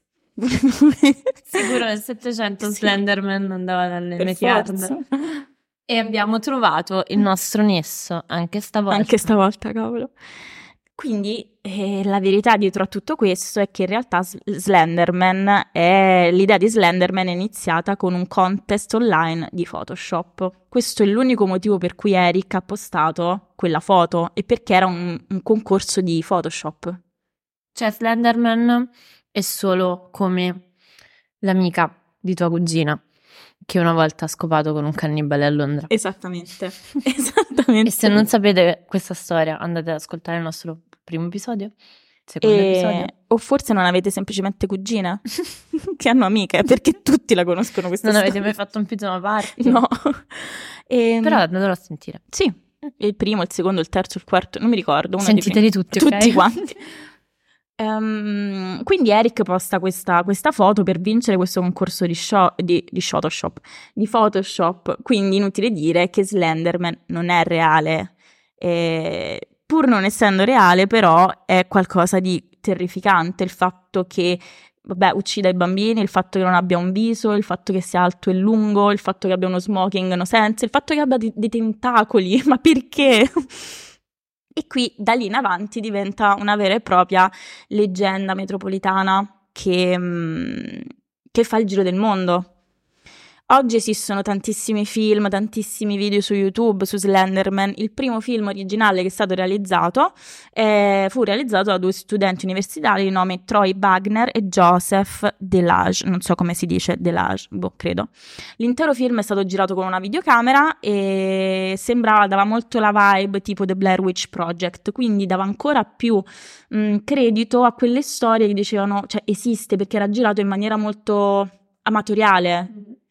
Sicuro nel Settecento sì. Slenderman andava dalle Metiard. E abbiamo trovato il nostro nesso anche stavolta. Anche stavolta, cavolo. Quindi eh, la verità dietro a tutto questo è che in realtà Slenderman è l'idea di Slenderman è iniziata con un contest online di Photoshop. Questo è l'unico motivo per cui Eric ha postato quella foto e perché era un, un concorso di Photoshop. Cioè Slenderman è solo come l'amica di tua cugina che una volta ha scopato con un cannibale a Londra. Esattamente, esattamente. E se non sapete questa storia andate ad ascoltare il nostro primo episodio, secondo e... episodio. O forse non avete semplicemente cugine che hanno amiche, perché tutti la conoscono questa non storia. Non avete mai fatto un pigiama party? No. E... Però andatelo a sentire. Sì, il primo, il secondo, il terzo, il quarto, non mi ricordo. Uno Sentiteli tutti, tutti okay? quanti. Um, quindi Eric posta questa, questa foto per vincere questo concorso di, show, di, di Photoshop, di Photoshop, quindi inutile dire che Slenderman non è reale, e, pur non essendo reale però è qualcosa di terrificante, il fatto che vabbè uccida i bambini, il fatto che non abbia un viso, il fatto che sia alto e lungo, il fatto che abbia uno smoking no sense, il fatto che abbia dei, dei tentacoli, ma perché? E qui da lì in avanti diventa una vera e propria leggenda metropolitana che, che fa il giro del mondo. Oggi esistono tantissimi film, tantissimi video su YouTube su Slenderman. Il primo film originale che è stato realizzato eh, fu realizzato da due studenti universitari di nome Troy Wagner e Joseph Delage, non so come si dice, Delage, boh, credo. L'intero film è stato girato con una videocamera e sembrava, dava molto la vibe tipo The Blair Witch Project, quindi dava ancora più mh, credito a quelle storie che dicevano, cioè esiste, perché era girato in maniera molto amatoriale.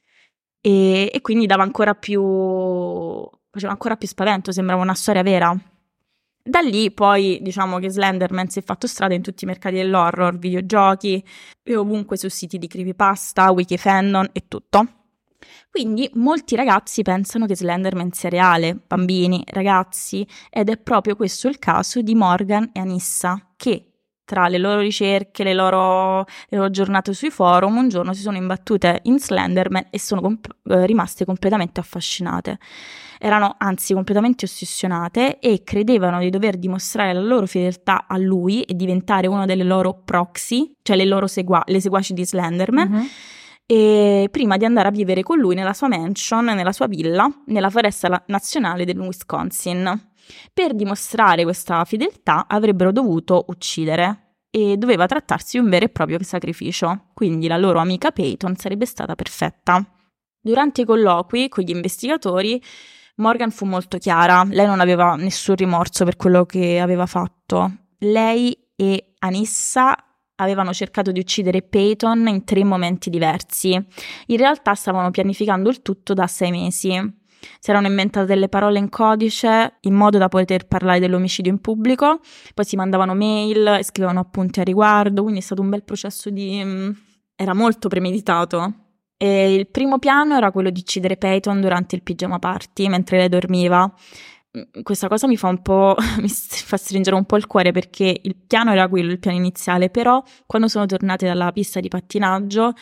E, e quindi dava ancora più, faceva ancora più spavento, sembrava una storia vera. Da lì poi diciamo che Slenderman si è fatto strada in tutti i mercati dell'horror, videogiochi e ovunque su siti di creepypasta, wikifandom e tutto. Quindi molti ragazzi pensano che Slenderman sia reale, bambini, ragazzi, ed è proprio questo il caso di Morgan e Anissa, che tra le loro ricerche, le loro, le loro giornate sui forum, un giorno si sono imbattute in Slenderman e sono comp- eh, rimaste completamente affascinate. Erano anzi completamente ossessionate e credevano di dover dimostrare la loro fedeltà a lui e diventare una delle loro proxy, cioè le loro segua- le seguaci di Slenderman, mm-hmm. E prima di andare a vivere con lui nella sua mansion, nella sua villa, nella foresta nazionale del Wisconsin. Per dimostrare questa fedeltà avrebbero dovuto uccidere e doveva trattarsi di un vero e proprio sacrificio, quindi la loro amica Peyton sarebbe stata perfetta. Durante i colloqui con gli investigatori Morgan fu molto chiara, lei non aveva nessun rimorso per quello che aveva fatto. Lei e Anissa avevano cercato di uccidere Peyton in tre momenti diversi. In realtà stavano pianificando il tutto da sei mesi. Si erano inventate delle parole in codice in modo da poter parlare dell'omicidio in pubblico, poi si mandavano mail e scrivevano appunti a riguardo, quindi è stato un bel processo di... era molto premeditato. E il primo piano era quello di uccidere Peyton durante il pigiama party, mentre lei dormiva. Questa cosa mi fa un po'... mi fa stringere un po' il cuore, perché il piano era quello, il piano iniziale, però quando sono tornate dalla pista di pattinaggio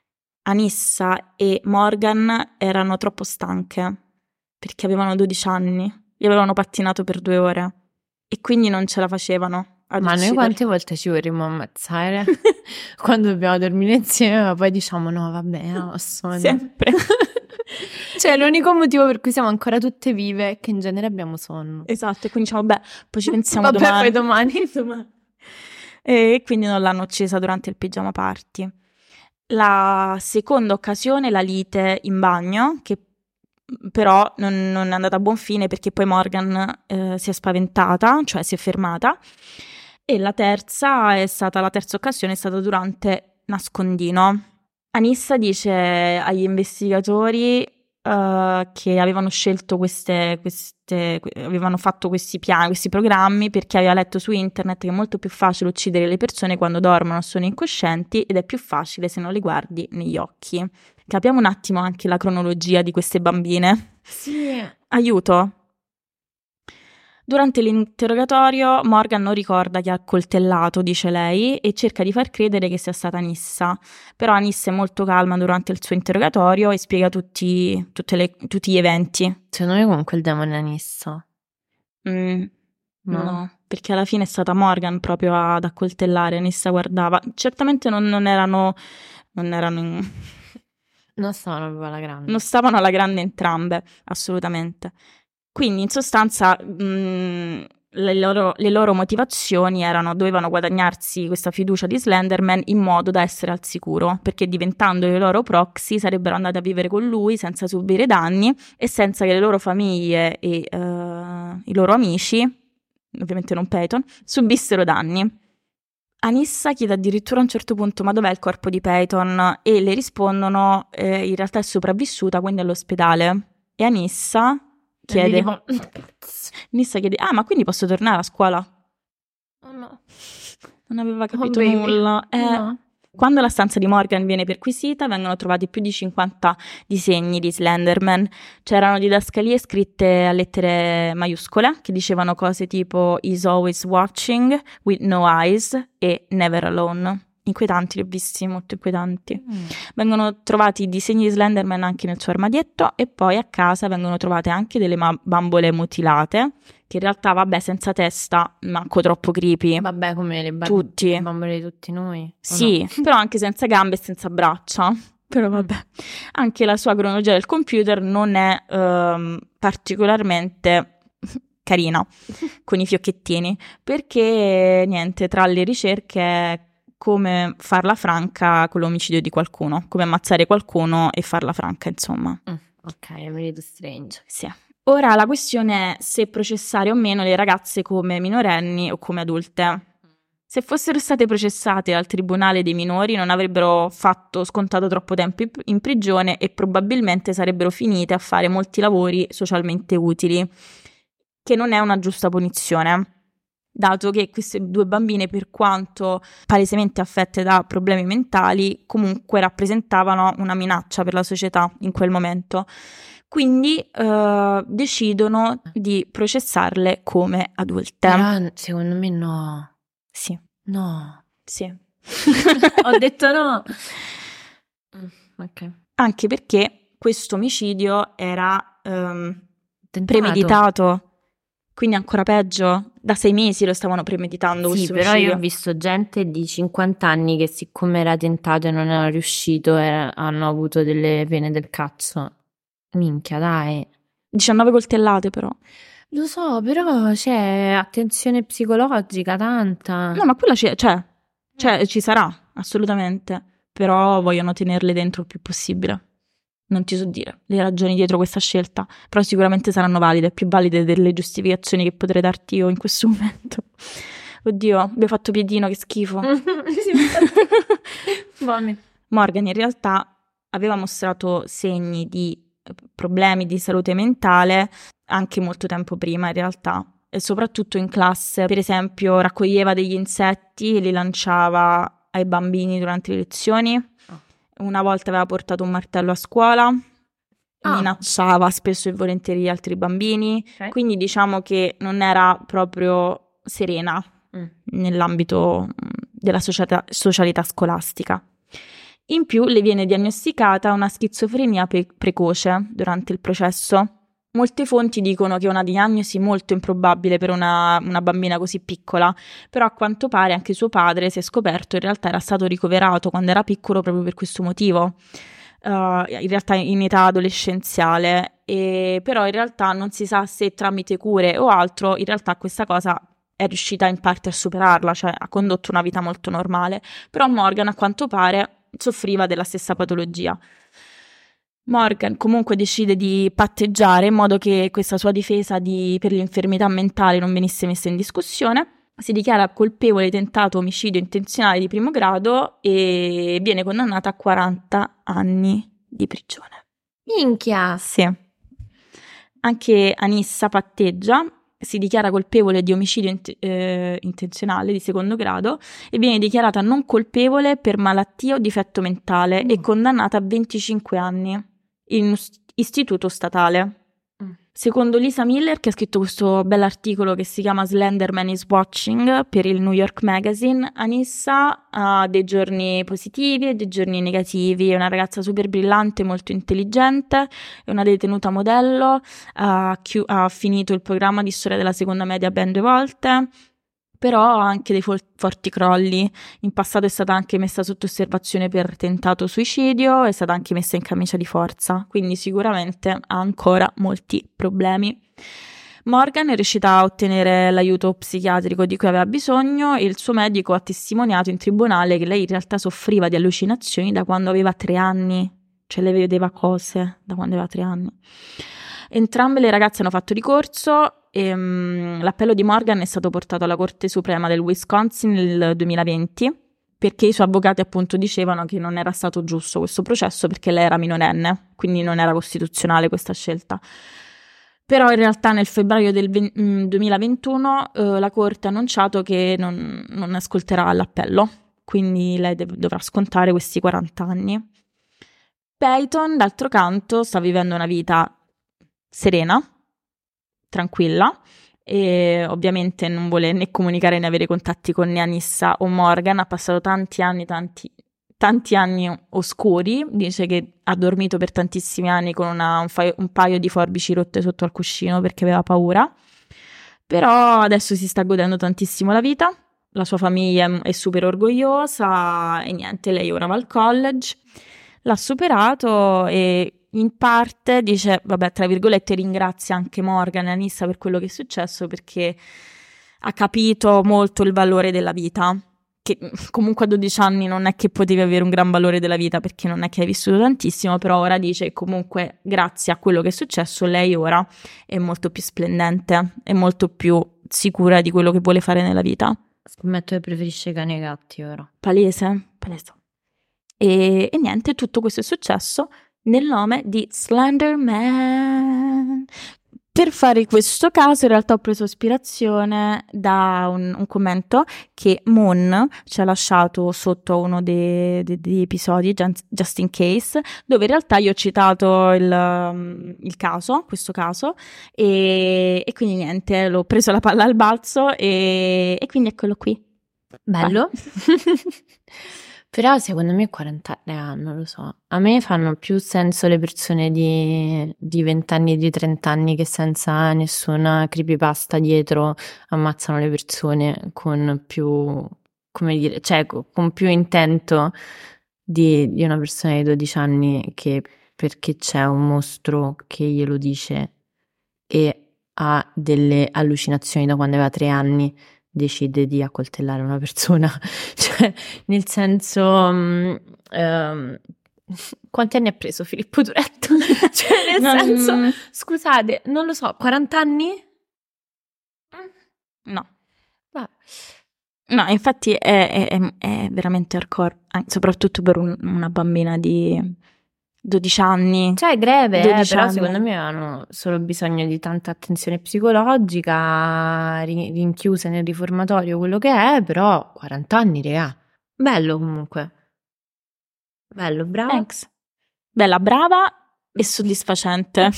Anissa e Morgan erano troppo stanche, perché avevano dodici anni, gli avevano pattinato per due ore e quindi non ce la facevano ad Ma uccidere. Noi quante volte ci vorremmo ammazzare quando dobbiamo dormire insieme, ma poi diciamo no vabbè, no, sonno. Sempre. Cioè l'unico motivo per cui siamo ancora tutte vive è che in genere abbiamo sonno. Esatto, e quindi diciamo vabbè, poi ci pensiamo vabbè, domani. Poi domani. domani. E quindi non l'hanno uccisa durante il pigiama party. La seconda occasione, la lite in bagno, che però non, non è andata a buon fine perché poi Morgan eh, si è spaventata, cioè si è fermata, e la terza è stata, la terza occasione è stata durante nascondino. Anissa dice agli investigatori uh, che avevano scelto queste, queste, avevano fatto questi piani, questi programmi perché aveva letto su internet che è molto più facile uccidere le persone quando dormono o sono incoscienti ed è più facile se non le guardi negli occhi. Capiamo un attimo anche la cronologia di queste bambine. Sì. Aiuto. Durante l'interrogatorio Morgan non ricorda chi ha accoltellato, dice lei, e cerca di far credere che sia stata Anissa. Però Anissa è molto calma durante il suo interrogatorio e spiega tutti, tutte le, tutti gli eventi. Secondo me comunque il demone è Anissa. Mm, no. no, perché alla fine è stata Morgan proprio ad accoltellare. Anissa guardava. Certamente non, non erano... Non erano in... Non stavano proprio alla grande. Non stavano alla grande entrambe, assolutamente. Quindi in sostanza mh, le, loro, le loro motivazioni erano, dovevano guadagnarsi questa fiducia di Slenderman in modo da essere al sicuro, perché diventando i loro proxy sarebbero andati a vivere con lui senza subire danni e senza che le loro famiglie e uh, i loro amici, ovviamente non Peyton, subissero danni. Anissa chiede addirittura a un certo punto ma dov'è il corpo di Peyton e le rispondono eh, in realtà è sopravvissuta, quindi all'ospedale. E Anissa chiede dico... Anissa chiede ah ma quindi posso tornare a scuola? Oh no, non aveva capito oh, nulla. Eh, no. Quando la stanza di Morgan viene perquisita vengono trovati più di cinquanta disegni di Slenderman. C'erano didascalie scritte a lettere maiuscole che dicevano cose tipo "He's always watching", "With no eyes" e "Never alone". Inquietanti, li ho visti, molto inquietanti. Mm. Vengono trovati disegni di Slenderman anche nel suo armadietto e poi a casa vengono trovate anche delle ma- bambole mutilate che in realtà, vabbè, senza testa, manco troppo creepy. Vabbè, come le bar- tutti. bambole di tutti noi. Sì, no? Però anche senza gambe e senza braccia. Però vabbè, anche la sua cronologia del computer non è ehm, particolarmente carina con i fiocchettini, perché niente, tra le ricerche è come farla franca con l'omicidio di qualcuno, come ammazzare qualcuno e farla franca, insomma. Mm, ok, I'm really strange. Sì. Ora la questione è se processare o meno le ragazze come minorenni o come adulte. Se fossero state processate al tribunale dei minori non avrebbero fatto scontato troppo tempo in prigione e probabilmente sarebbero finite a fare molti lavori socialmente utili, che non è una giusta punizione, dato che queste due bambine, per quanto palesemente affette da problemi mentali, comunque rappresentavano una minaccia per la società in quel momento. Quindi eh, decidono di processarle come adulte. Però secondo me no. Sì. No. Sì. Ho detto no. Ok. Anche perché questo omicidio era ehm, Tentato. premeditato, quindi ancora peggio. Da sei mesi lo stavano premeditando Sì, questo però omicidio. io ho visto gente di cinquanta anni che siccome era tentato e non era riuscito eh, hanno avuto delle pene del cazzo. Minchia, dai. diciannove coltellate però. Lo so, però c'è attenzione psicologica tanta. No, ma quella c'è, c'è, c'è, ci sarà, assolutamente. Però vogliono tenerle dentro il più possibile. Non ti so dire le ragioni dietro questa scelta, però sicuramente saranno valide, più valide delle giustificazioni che potrei darti io in questo momento. Oddio, abbiamo fatto piedino, che schifo. Morgan in realtà aveva mostrato segni di problemi di salute mentale anche molto tempo prima in realtà, e soprattutto in classe. Per esempio raccoglieva degli insetti e li lanciava ai bambini durante le lezioni. Una volta aveva portato un martello a scuola, Ah. minacciava spesso e volentieri gli altri bambini, Ok. quindi diciamo che non era proprio serena Mm. nell'ambito mm, della società- socialità scolastica. In più le viene diagnosticata una schizofrenia pe- precoce durante il processo. Molte fonti dicono che è una diagnosi molto improbabile per una, una bambina così piccola, però a quanto pare anche suo padre, si è scoperto, in realtà era stato ricoverato quando era piccolo proprio per questo motivo, uh, in realtà in età adolescenziale, e però in realtà non si sa se tramite cure o altro, in realtà questa cosa è riuscita in parte a superarla, cioè ha condotto una vita molto normale, però Morgan a quanto pare soffriva della stessa patologia. Morgan comunque decide di patteggiare in modo che questa sua difesa di, per l'infermità mentale non venisse messa in discussione. Si dichiara colpevole di tentato omicidio intenzionale di primo grado e viene condannata a quaranta anni di prigione. Minchia. Sì. Anche Anissa patteggia, si dichiara colpevole di omicidio int- eh, intenzionale di secondo grado e viene dichiarata non colpevole per malattia o difetto mentale Mm. e condannata a venticinque anni in us- istituto statale. Mm. Secondo Lisa Miller, che ha scritto questo bell'articolo che si chiama Slenderman is Watching per il New York Magazine, Anissa ha dei giorni positivi e dei giorni negativi. È una ragazza super brillante, molto intelligente, è una detenuta modello, ha, chi- ha finito il programma di storia della seconda media ben due volte, però ha anche dei fol- forti crolli. In passato è stata anche messa sotto osservazione per tentato suicidio, è stata anche messa in camicia di forza, quindi sicuramente ha ancora molti problemi. Morgan è riuscita a ottenere l'aiuto psichiatrico di cui aveva bisogno e il suo medico ha testimoniato in tribunale che lei in realtà soffriva di allucinazioni da quando aveva tre anni, cioè lei vedeva cose da quando aveva tre anni. Entrambe le ragazze hanno fatto ricorso e um, l'appello di Morgan è stato portato alla Corte Suprema del Wisconsin nel duemilaventi, perché i suoi avvocati appunto dicevano che non era stato giusto questo processo perché lei era minorenne, quindi non era costituzionale questa scelta. Però in realtà nel febbraio del duemilaventuno eh, la Corte ha annunciato che non, non ascolterà l'appello, quindi lei dev- dovrà scontare questi quaranta anni. Peyton, d'altro canto, sta vivendo una vita serena, tranquilla, e ovviamente non vuole né comunicare né avere contatti con né Anissa o Morgan. Ha passato tanti anni, tanti, tanti anni oscuri. Dice che ha dormito per tantissimi anni con una, un, faio, un paio di forbici rotte sotto al cuscino perché aveva paura, però adesso si sta godendo tantissimo la vita. La sua famiglia è super orgogliosa e niente, lei ora va al college. l'ha superato e in parte dice, vabbè, tra virgolette, ringrazia anche Morgan e Anissa per quello che è successo, perché ha capito molto il valore della vita, che comunque a dodici anni non è che potevi avere un gran valore della vita perché non è che hai vissuto tantissimo, però ora dice comunque grazie a quello che è successo lei ora è molto più splendente, è molto più sicura di quello che vuole fare nella vita. Scommetto che preferisce cani e gatti ora. Palese, palese. E, e niente, tutto questo è successo nel nome di Slender Man. Per fare questo caso in realtà ho preso ispirazione da un, un commento che Moon ci ha lasciato sotto uno dei, dei, degli episodi, Just in Case, dove in realtà io ho citato il, il caso, questo caso, e, e quindi niente, l'ho preso la palla al balzo e, e quindi eccolo qui. Bello. Però secondo me quaranta anni, non lo so. A me fanno più senso le persone di, di venti anni e di trenta anni che senza nessuna creepypasta dietro ammazzano le persone con più, come dire, cioè con più intento di, di una persona di dodici anni che perché c'è un mostro che glielo dice e ha delle allucinazioni da quando aveva tre anni. Decide di accoltellare una persona, cioè nel senso um, um, quanti anni ha preso Filippo Turetta? Cioè nel non... senso, scusate, non lo so, quaranta anni? No. Beh. No, infatti è, è, è veramente hardcore, soprattutto per un, una bambina di dodici anni. Cioè greve, eh, però anni. secondo me hanno solo bisogno di tanta attenzione psicologica, ri- rinchiuse nel riformatorio, quello che è, però quaranta anni, raga. Bello comunque. Bello, brava. Thanks. Bella, brava e soddisfacente.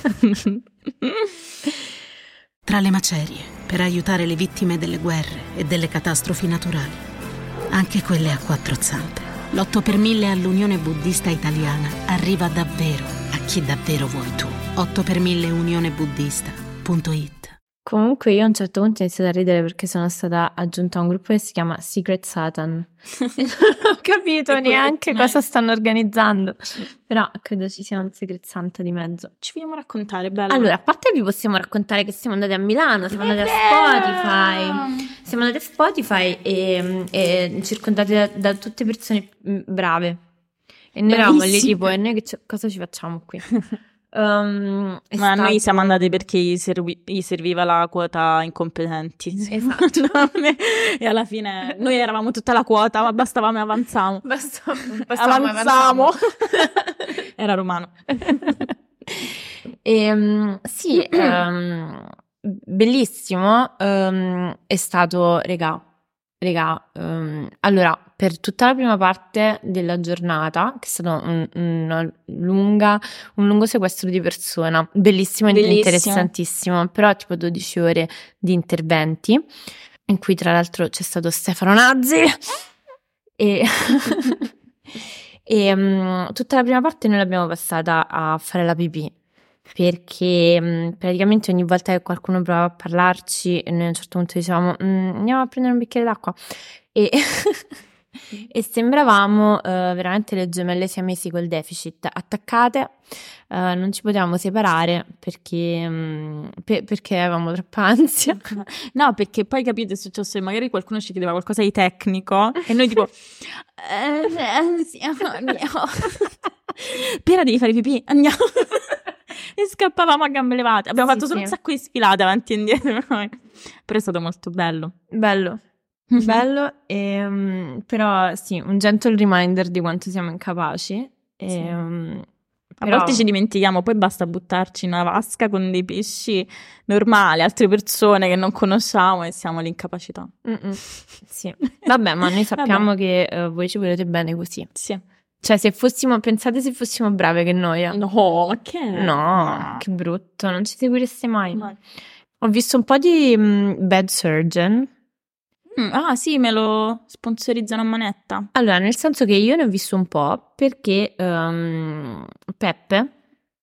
Tra le macerie, per aiutare le vittime delle guerre e delle catastrofi naturali, anche quelle a quattro zampe. L'otto per mille all'Unione Buddista Italiana arriva davvero a chi davvero vuoi tu. otto per mille unione buddista punto it. Comunque io a un certo punto ho iniziato a ridere perché sono stata aggiunta a un gruppo che si chiama Secret Satan. Non ho capito neanche cosa stanno organizzando, però credo ci sia un Secret Santa di mezzo. Ci vogliamo raccontare, bello. Allora, a parte vi possiamo raccontare che siamo andati a Milano, siamo andati a Spotify, siamo andati a Spotify e, e circondati da, da tutte persone brave. E noi eravamo lì tipo, e noi che c- cosa ci facciamo qui? Um, Ma stato... noi siamo andati perché gli, servi- gli serviva la quota incompetenti. Esatto. E alla fine noi eravamo tutta la quota, ma bastavamo e avanzavamo. Basta, bastavamo avanzavamo. Era romano. E, um, sì, um, bellissimo. Um, è stato, regà, regà. Um, allora, per tutta la prima parte della giornata, che è stato un, una lunga, un lungo sequestro di persona, bellissimo e Bellissimo. interessantissimo, però tipo dodici ore di interventi, in cui tra l'altro c'è stato Stefano Nazzi e, e um, tutta la prima parte noi l'abbiamo passata a fare la pipì, perché um, praticamente ogni volta che qualcuno provava a parlarci e noi a un certo punto dicevamo mm, andiamo a prendere un bicchiere d'acqua e... e sembravamo uh, veramente le gemelle siamesi col deficit, attaccate, uh, non ci potevamo separare perché, um, pe- perché avevamo troppa ansia. No, perché poi capite è successo che magari qualcuno ci chiedeva qualcosa di tecnico e noi tipo eh, sì, Piera devi fare pipì, andiamo. E scappavamo a gambe levate, abbiamo sì, fatto solo sì. un sacco di sfilate avanti e indietro, però è stato molto bello. Bello. Bello, e, um, però sì, un gentle reminder di quanto siamo incapaci. E, sì. um, a però... volte ci dimentichiamo, poi basta buttarci in una vasca con dei pesci normali, altre persone che non conosciamo e siamo l'incapacità. Mm-mm. Sì. Vabbè, ma noi sappiamo che uh, voi ci volete bene così. Sì. Cioè, se fossimo, pensate se fossimo brave che noia. No, ma che? No, che brutto, non ci seguireste mai. No. Ho visto un po' di um, Bad Surgeon. Mm, ah sì, me lo sponsorizzano a manetta. Allora, nel senso che io ne ho visto un po' perché um, Peppe,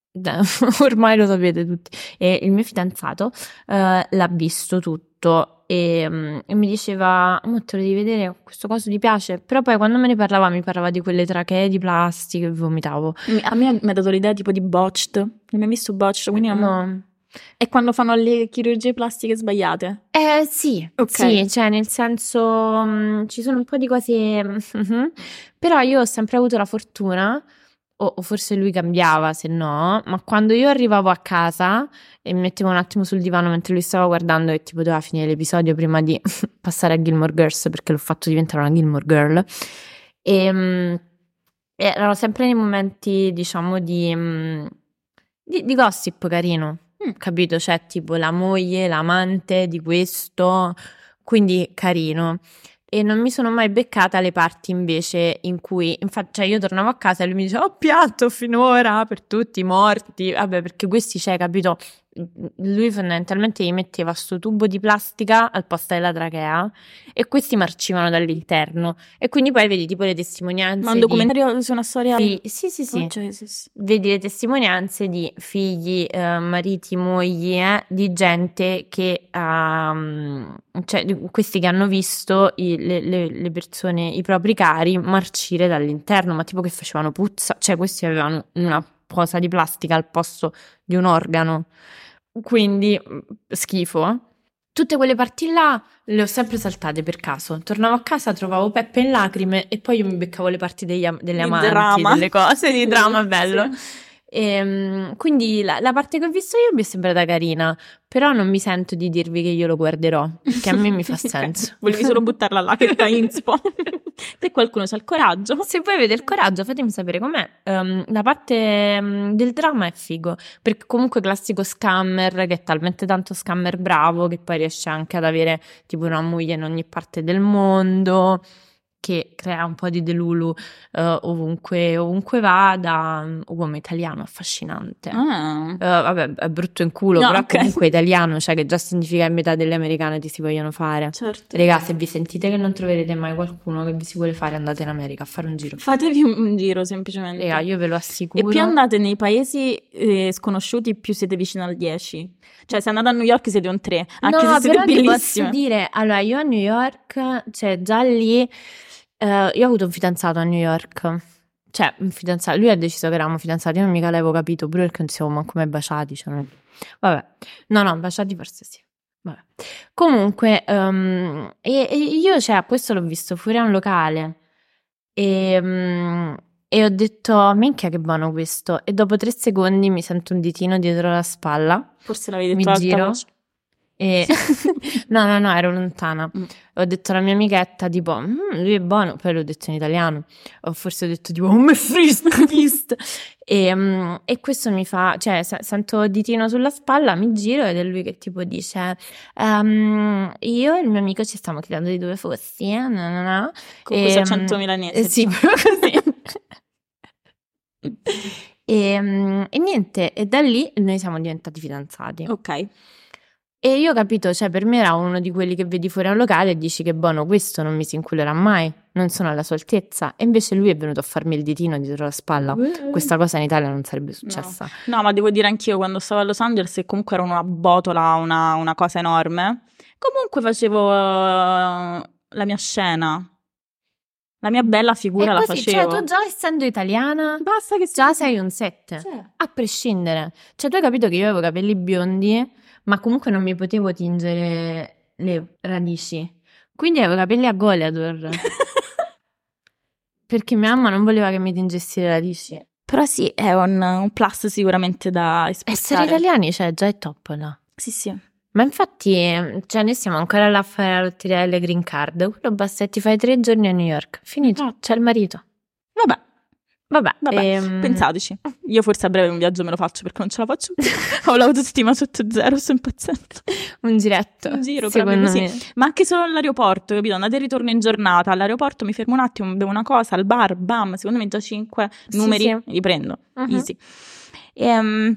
ormai lo sapete tutti, e il mio fidanzato uh, l'ha visto tutto e, mm, e mi diceva "Mo te lo devi vedere, questo coso ti piace?" Però poi quando me ne parlava mi parlava di quelle trachee di plastica e vomitavo. Mi- A me mi ha dato l'idea tipo di Botched. Non hai mai visto Botched? Quindi non- No. È quando fanno le chirurgie plastiche sbagliate. Eh sì, Ok. sì, cioè nel senso mm, ci sono un po' di cose, mhm. Però io ho sempre avuto la fortuna, o, o forse lui cambiava se no, ma quando io arrivavo a casa e mi mettevo un attimo sul divano mentre lui stava guardando e tipo doveva finire l'episodio prima di passare a Gilmore Girls, perché l'ho fatto diventare una Gilmore Girl, e mm, erano sempre nei momenti diciamo di, mm, di, di gossip carino. Mm. Capito? Cioè, tipo la moglie, l'amante di questo, quindi carino. E non mi sono mai beccata le parti invece in cui, infatti, cioè io tornavo a casa e lui mi diceva "Ho pianto finora per tutti i morti", vabbè, perché questi, cioè, capito? Lui fondamentalmente gli metteva sto tubo di plastica al posto della trachea e questi marcivano dall'interno e quindi poi vedi tipo le testimonianze Ma un di documentario su una storia... fi- sì, sì, sì. Oh, Jesus. Vedi le testimonianze di figli, eh, mariti, mogli, eh, di gente che, ehm, cioè di questi che hanno visto i- le, le- le persone, i propri cari marcire dall'interno, ma tipo che facevano puzza, cioè questi avevano una cosa di plastica al posto di un organo, quindi mm, schifo. eh. Tutte quelle parti là le ho sempre saltate per caso. Tornavo a casa, trovavo Peppe in lacrime e poi io mi beccavo le parti degli am- delle Di amanti, dramma. delle cose di Sì, dramma bello. sì. Ehm, quindi la, la parte che ho visto io mi è sembrata carina, però non mi sento di dirvi che io lo guarderò, che a me mi fa senso. Volevi solo buttarla là che da inspo. Se qualcuno c'ha il coraggio. Se voi avete il coraggio, fatemi sapere com'è. Ehm, la parte ehm, del dramma è figo, perché comunque classico scammer, che è talmente tanto scammer bravo che poi riesce anche ad avere tipo una moglie in ogni parte del mondo, che crea un po' di delulu eh, ovunque, ovunque vada. Un uomo italiano affascinante. Ah. Eh, vabbè, è brutto in culo, No, però ok. comunque italiano, cioè che già significa che metà delle americane ti si vogliono fare. Certo. Regà, se vi sentite che non troverete mai qualcuno che vi si vuole fare, andate in America a fare un giro. Fatevi un, un giro semplicemente. Regà, io ve lo E assicuro. più andate nei paesi eh, sconosciuti, più siete vicino al dieci. Cioè, se andate a New York siete un tre, anche No, se siete però ti posso bellissime. dire, allora io a New York, cioè già lì, eh, io ho avuto un fidanzato a New York, cioè un fidanzato, lui ha deciso che eravamo fidanzati, io non mica l'avevo capito, pure perché non siamo manco mai baciati, cioè non- vabbè, no no, baciati forse sì, vabbè. Comunque, ehm, e, e io cioè a questo l'ho visto fuori a un locale e, mm, e ho detto minchia che buono questo, e dopo tre secondi mi sento un ditino dietro la spalla. Forse l'avevi Mi detto ad alta giro voce. e no, no, no, ero lontana. Mm. Ho detto alla mia amichetta tipo "Mm, lui è buono", poi l'ho detto in italiano. O forse ho detto tipo "Oh me frist, frist". E, mm, e questo mi fa, cioè se- sento ditino sulla spalla, mi giro ed è lui che tipo dice "Ehm, io e il mio amico ci stiamo chiedendo di dove fossi, eh, no, no, no". Con questo E, accento mm, milanese. eh, sì, diciamo. proprio così. E, mm, e niente, e da lì noi siamo diventati fidanzati. Ok. E io ho capito, cioè per me era uno di quelli che vedi fuori a un locale e dici che buono, questo non mi si inculerà mai, non sono alla sua altezza. E invece lui è venuto a farmi il ditino dietro la spalla. Questa cosa in Italia non sarebbe successa. No, ma devo dire anch'io quando stavo a Los Angeles, che comunque era una botola, una, una cosa enorme, comunque facevo eh, la mia scena. La mia bella figura E la così, facevo. cioè tu già essendo italiana, Basta che già sei un sette, Cioè. a prescindere. Cioè tu hai capito che io avevo capelli biondi, ma comunque non mi potevo tingere le radici. Quindi avevo capelli a Goleador. Perché mia mamma non voleva che mi tingessi le radici. Però sì, è un, un plus sicuramente da Essere esportare. italiani, cioè, già è top, no? Sì, sì. Ma infatti, cioè, noi siamo ancora là a fare la lotteria delle green card. Quello basta, ti fai tre giorni a New York. Finito, Esatto. c'è il marito. Vabbè, Vabbè, vabbè, ehm, pensateci. Io forse a breve un viaggio me lo faccio perché non ce la faccio più. Ho l'autostima sotto zero, sto impazzendo. un giretto. Un giro, secondo proprio così. me. Ma anche solo all'aeroporto, capito? Andate e ritorno in giornata. All'aeroporto mi fermo un attimo, bevo una cosa, al bar, bam, secondo me già cinque Sì, numeri sì. li prendo. Mhm. Easy. Ehm,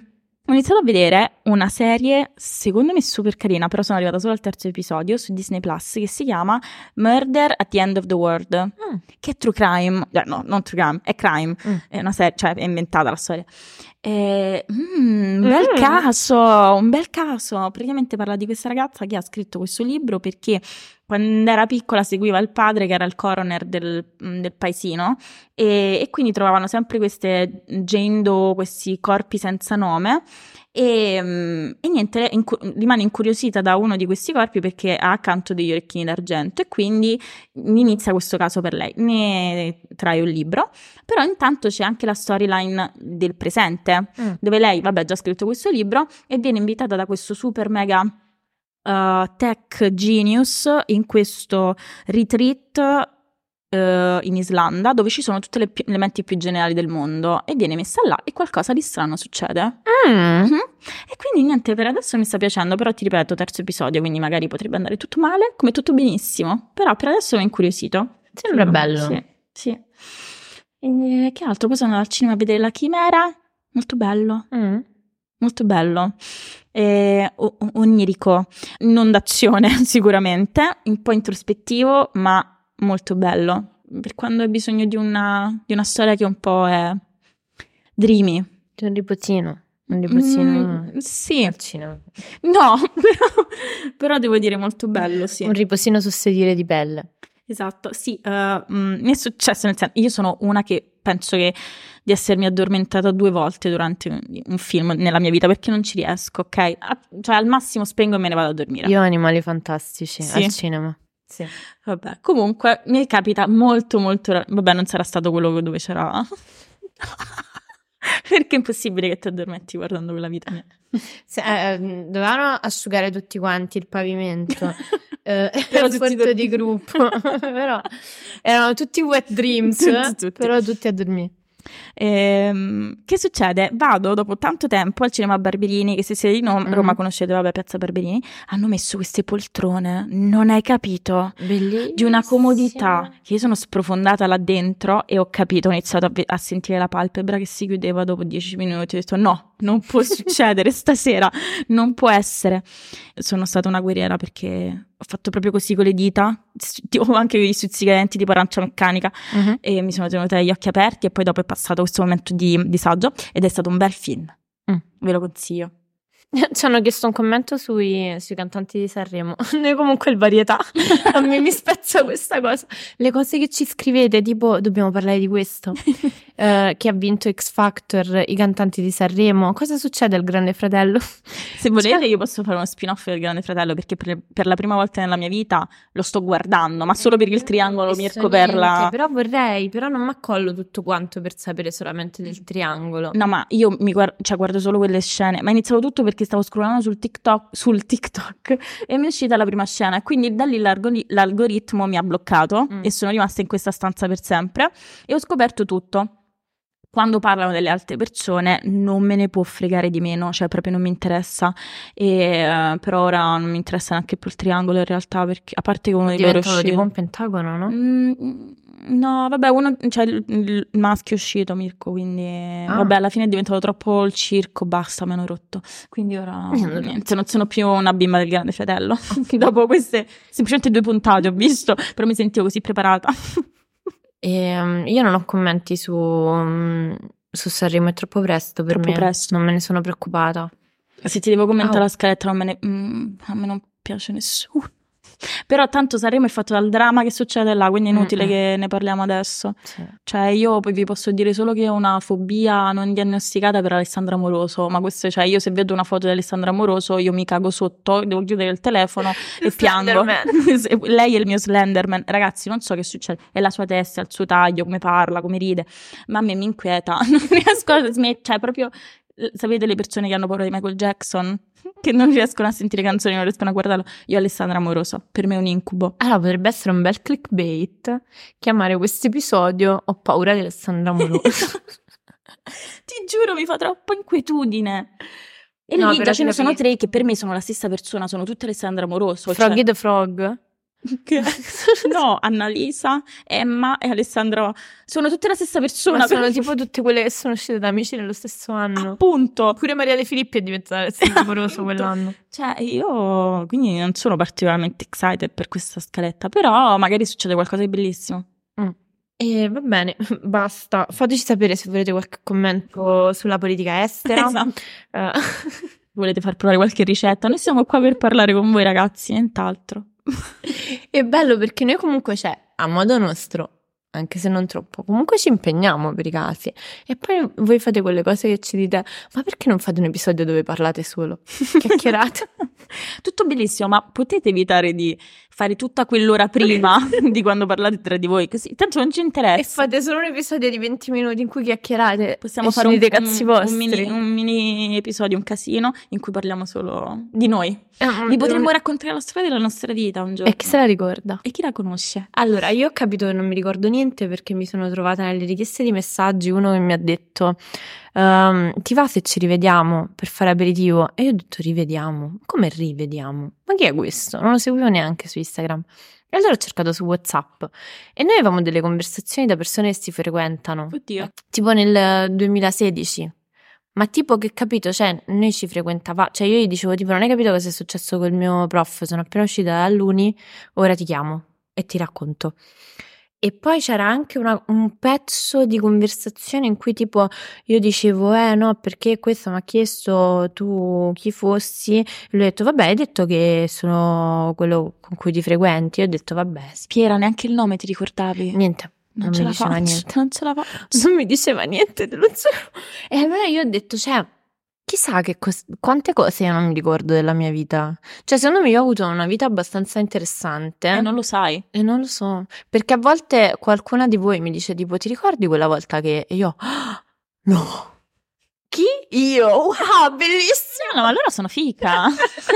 Ho iniziato a vedere una serie, secondo me super carina, però sono arrivata solo al terzo episodio su Disney Plus, che si chiama Murder at the End of the World, mm. che è true crime, eh, no, non true crime, è crime, mm. è una serie, cioè è inventata la storia. E, mm, un bel mm. caso, un bel caso, praticamente parla di questa ragazza che ha scritto questo libro perché quando era piccola seguiva il padre che era il coroner del, del paesino e, e quindi trovavano sempre queste Jane Doe, questi corpi senza nome e, e niente, incu- rimane incuriosita da uno di questi corpi perché ha accanto degli orecchini d'argento e quindi inizia questo caso per lei, ne trae un libro, però intanto c'è anche la storyline del presente mm. dove lei, vabbè, ha già scritto questo libro e viene invitata da questo super mega Uh, tech genius in questo retreat uh, in Islanda dove ci sono tutte le, pi- le menti più generali del mondo e viene messa là e qualcosa di strano succede mm. Mm-hmm. E quindi niente, per adesso mi sta piacendo, però ti ripeto, terzo episodio, quindi magari potrebbe andare tutto male come tutto benissimo, però per adesso mi è incuriosito, sembra bello. Sì, sì. E che altro? Poi sono andata al cinema a vedere La Chimera, molto bello mm. molto bello, eh, onirico, non d'azione sicuramente, un po' introspettivo, ma molto bello, per quando hai bisogno di una, di una storia che un po' è dreamy. C'è un riposino, un riposino mm, sì. al cinema. No, però, però devo dire molto bello, sì. Un riposino su sedile di pelle. Esatto, sì, uh, mm, mi è successo nel senso, io sono una che penso che di essermi addormentata due volte durante un, un film nella mia vita perché non ci riesco, ok? A, cioè al massimo spengo e me ne vado a dormire. Io Animali Fantastici sì. al cinema. Sì. Vabbè, comunque mi capita molto molto, vabbè, non sarà stato quello dove c'era perché è impossibile che ti addormenti guardando quella vita mia. Se, eh, dovevano asciugare tutti quanti il pavimento eh, però tutti tutti di gruppo però erano tutti wet dreams tutti, tutti. Però tutti a dormire. Ehm, che succede? Vado dopo tanto tempo al cinema Barberini, che se siete di Roma, mm. Roma conoscete, vabbè, Piazza Barberini, hanno messo queste poltrone, non hai capito? Bellissimo. Di una comodità che io sono sprofondata là dentro e ho capito, ho iniziato a, ve- a sentire la palpebra che si chiudeva dopo dieci minuti, ho detto no, non può succedere stasera, non può essere. Sono stata una guerriera perché ho fatto proprio così con le dita, tipo anche con gli stuzzicadenti tipo arancia meccanica, uh-huh. e mi sono tenuta gli occhi aperti e poi dopo è passato questo momento di disagio ed è stato un bel film, mm. ve lo consiglio. Ci hanno chiesto un commento sui, sui cantanti di Sanremo. Noi comunque il varietà a me mi spezza questa cosa, le cose che ci scrivete tipo dobbiamo parlare di questo uh, che ha vinto X Factor, i cantanti di Sanremo, cosa succede al Grande Fratello? Se volete cioè... io posso fare uno spin-off del Grande Fratello perché per, per la prima volta nella mia vita lo sto guardando, ma solo per il triangolo Mirko Perla. Però vorrei, però non mi accollo tutto quanto per sapere solamente del triangolo. No, ma io mi guardo, cioè guardo solo quelle scene, ma iniziavo tutto perché stavo scrollando sul TikTok, sul TikTok e mi è uscita la prima scena e quindi da lì l'algoritmo mi ha bloccato mm. e sono rimasta in questa stanza per sempre e ho scoperto tutto. Quando parlano delle altre persone non me ne può fregare di meno, cioè proprio non mi interessa e uh, per ora non mi interessa neanche più il triangolo in realtà, perché a parte che uno dei loro è uscito tipo un pentagono, no? Mm, no, vabbè, uno, cioè il, il maschio è uscito, Mirko, quindi ah. vabbè, alla fine è diventato troppo il circo, basta, mi hanno rotto, quindi ora niente, non sono più una bimba del Grande Fratello. Dopo queste semplicemente due puntate ho visto, però mi sentivo così preparata. E, um, io non ho commenti su, um, su Sanremo, è troppo presto per troppo me, presto. Non me ne sono preoccupata. Se ti devo commentare oh. la scaletta non me ne, mm, a me non piace nessuno. Però tanto Sanremo è fatto dal dramma che succede là, quindi è inutile mm-hmm. che ne parliamo adesso. Sì. Cioè io poi vi posso dire solo che ho una fobia non diagnosticata per Alessandra Amoroso, ma questo, cioè io se vedo una foto di Alessandra Amoroso io mi cago sotto, devo chiudere il telefono e piango. Lei è il mio Slenderman, ragazzi, non so che succede, è la sua testa, il suo taglio, come parla, come ride, ma a me mi inquieta, non riesco a smettere, cioè proprio, sapete le persone che hanno paura di Michael Jackson? Che non riescono a sentire canzoni, non riescono a guardarlo. Io Alessandra Amoroso, per me è un incubo. Allora potrebbe essere un bel clickbait chiamare questo episodio Ho paura di Alessandra Amoroso. Ti giuro, mi fa troppa inquietudine. E no, lì già ce ne sono capito. tre che per me sono la stessa persona, sono tutte Alessandra Amoroso. Froggy cioè... the Frog? Che? No, Annalisa, Emma e Alessandro sono tutte la stessa persona. Ma sono per... tipo tutte quelle che sono uscite da Amici nello stesso anno. Appunto. Pure Maria De Filippi è diventata Alessandro Moroso quell'anno. Cioè io quindi non sono particolarmente excited per questa scaletta, però magari succede qualcosa di bellissimo. Mm. E va bene, basta. Fateci sapere se volete qualche commento sulla politica estera. Esatto. Uh. Volete far provare qualche ricetta? Noi siamo qua per parlare con voi, ragazzi, nient'altro. È bello perché noi comunque, cioè, a modo nostro, anche se non troppo, comunque ci impegniamo per i casi. E poi voi fate quelle cose che ci dite, ma perché non fate un episodio dove parlate solo? Chiacchierate. Tutto bellissimo, ma potete evitare di fare tutta quell'ora prima di quando parlate tra di voi, così tanto non ci interessa. E fate solo un episodio di venti minuti in cui chiacchierate. Possiamo fare un, dei cazzi un, vostri. Un, mini, un mini episodio, un casino in cui parliamo solo di noi. Ah, Vi potremmo raccontare la storia della nostra vita un giorno. E chi se la ricorda? E chi la conosce? Allora, io ho capito che non mi ricordo niente perché mi sono trovata nelle richieste di messaggi uno che mi ha detto um, ti va se ci rivediamo per fare aperitivo? E io ho detto rivediamo? Come rivediamo? Ma chi è questo? Non lo seguivo neanche su Instagram. E allora ho cercato su WhatsApp e noi avevamo delle conversazioni da persone che si frequentano. Oddio. Tipo nel duemilasedici. Ma tipo che capito, cioè noi ci frequentavamo, cioè io gli dicevo tipo non hai capito cosa è successo col mio prof, sono appena uscita dall'uni, ora ti chiamo e ti racconto. E poi c'era anche una, un pezzo di conversazione in cui tipo io dicevo eh no perché questo mi ha chiesto tu chi fossi, e lui ha detto vabbè hai detto che sono quello con cui ti frequenti, io ho detto vabbè Piera, neanche il nome ti ricordavi? Niente. Non, Non ce mi la diceva faccio, niente. non ce la faccio. Non mi diceva niente, te lo giuro. E allora io ho detto, cioè, chissà che cos- quante cose io non mi ricordo della mia vita. Cioè, secondo me io ho avuto una vita abbastanza interessante. E non lo sai. E non lo so. Perché a volte qualcuna di voi mi dice, tipo, ti ricordi quella volta che... E io, "Ah, no. Chi? Io? Wow, bellissimo. No, allora sono fica.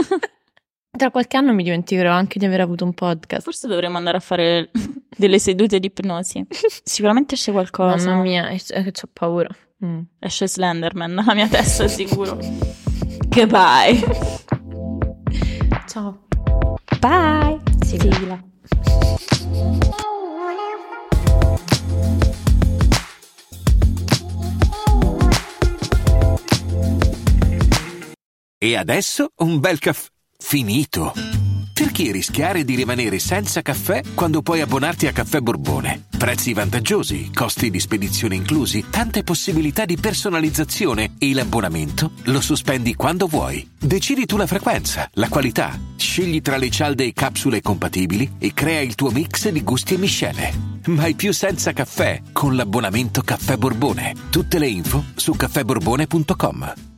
Tra qualche anno mi dimenticherò anche di aver avuto un podcast. Forse dovremmo andare a fare delle sedute di ipnosi. Sicuramente esce qualcosa. Mamma mia, è che c'ho paura. Mm. Esce Slenderman nella mia testa, sicuro. Goodbye. Ciao. Bye. Sigla. E adesso un bel caffè finito. Perché rischiare di rimanere senza caffè quando puoi abbonarti a Caffè Borbone? Prezzi vantaggiosi, costi di spedizione inclusi, tante possibilità di personalizzazione e l'abbonamento lo sospendi quando vuoi. Decidi tu la frequenza, la qualità, scegli tra le cialde e capsule compatibili e crea il tuo mix di gusti e miscele. Mai più senza caffè con l'abbonamento Caffè Borbone. Tutte le info su caffè borbone punto com.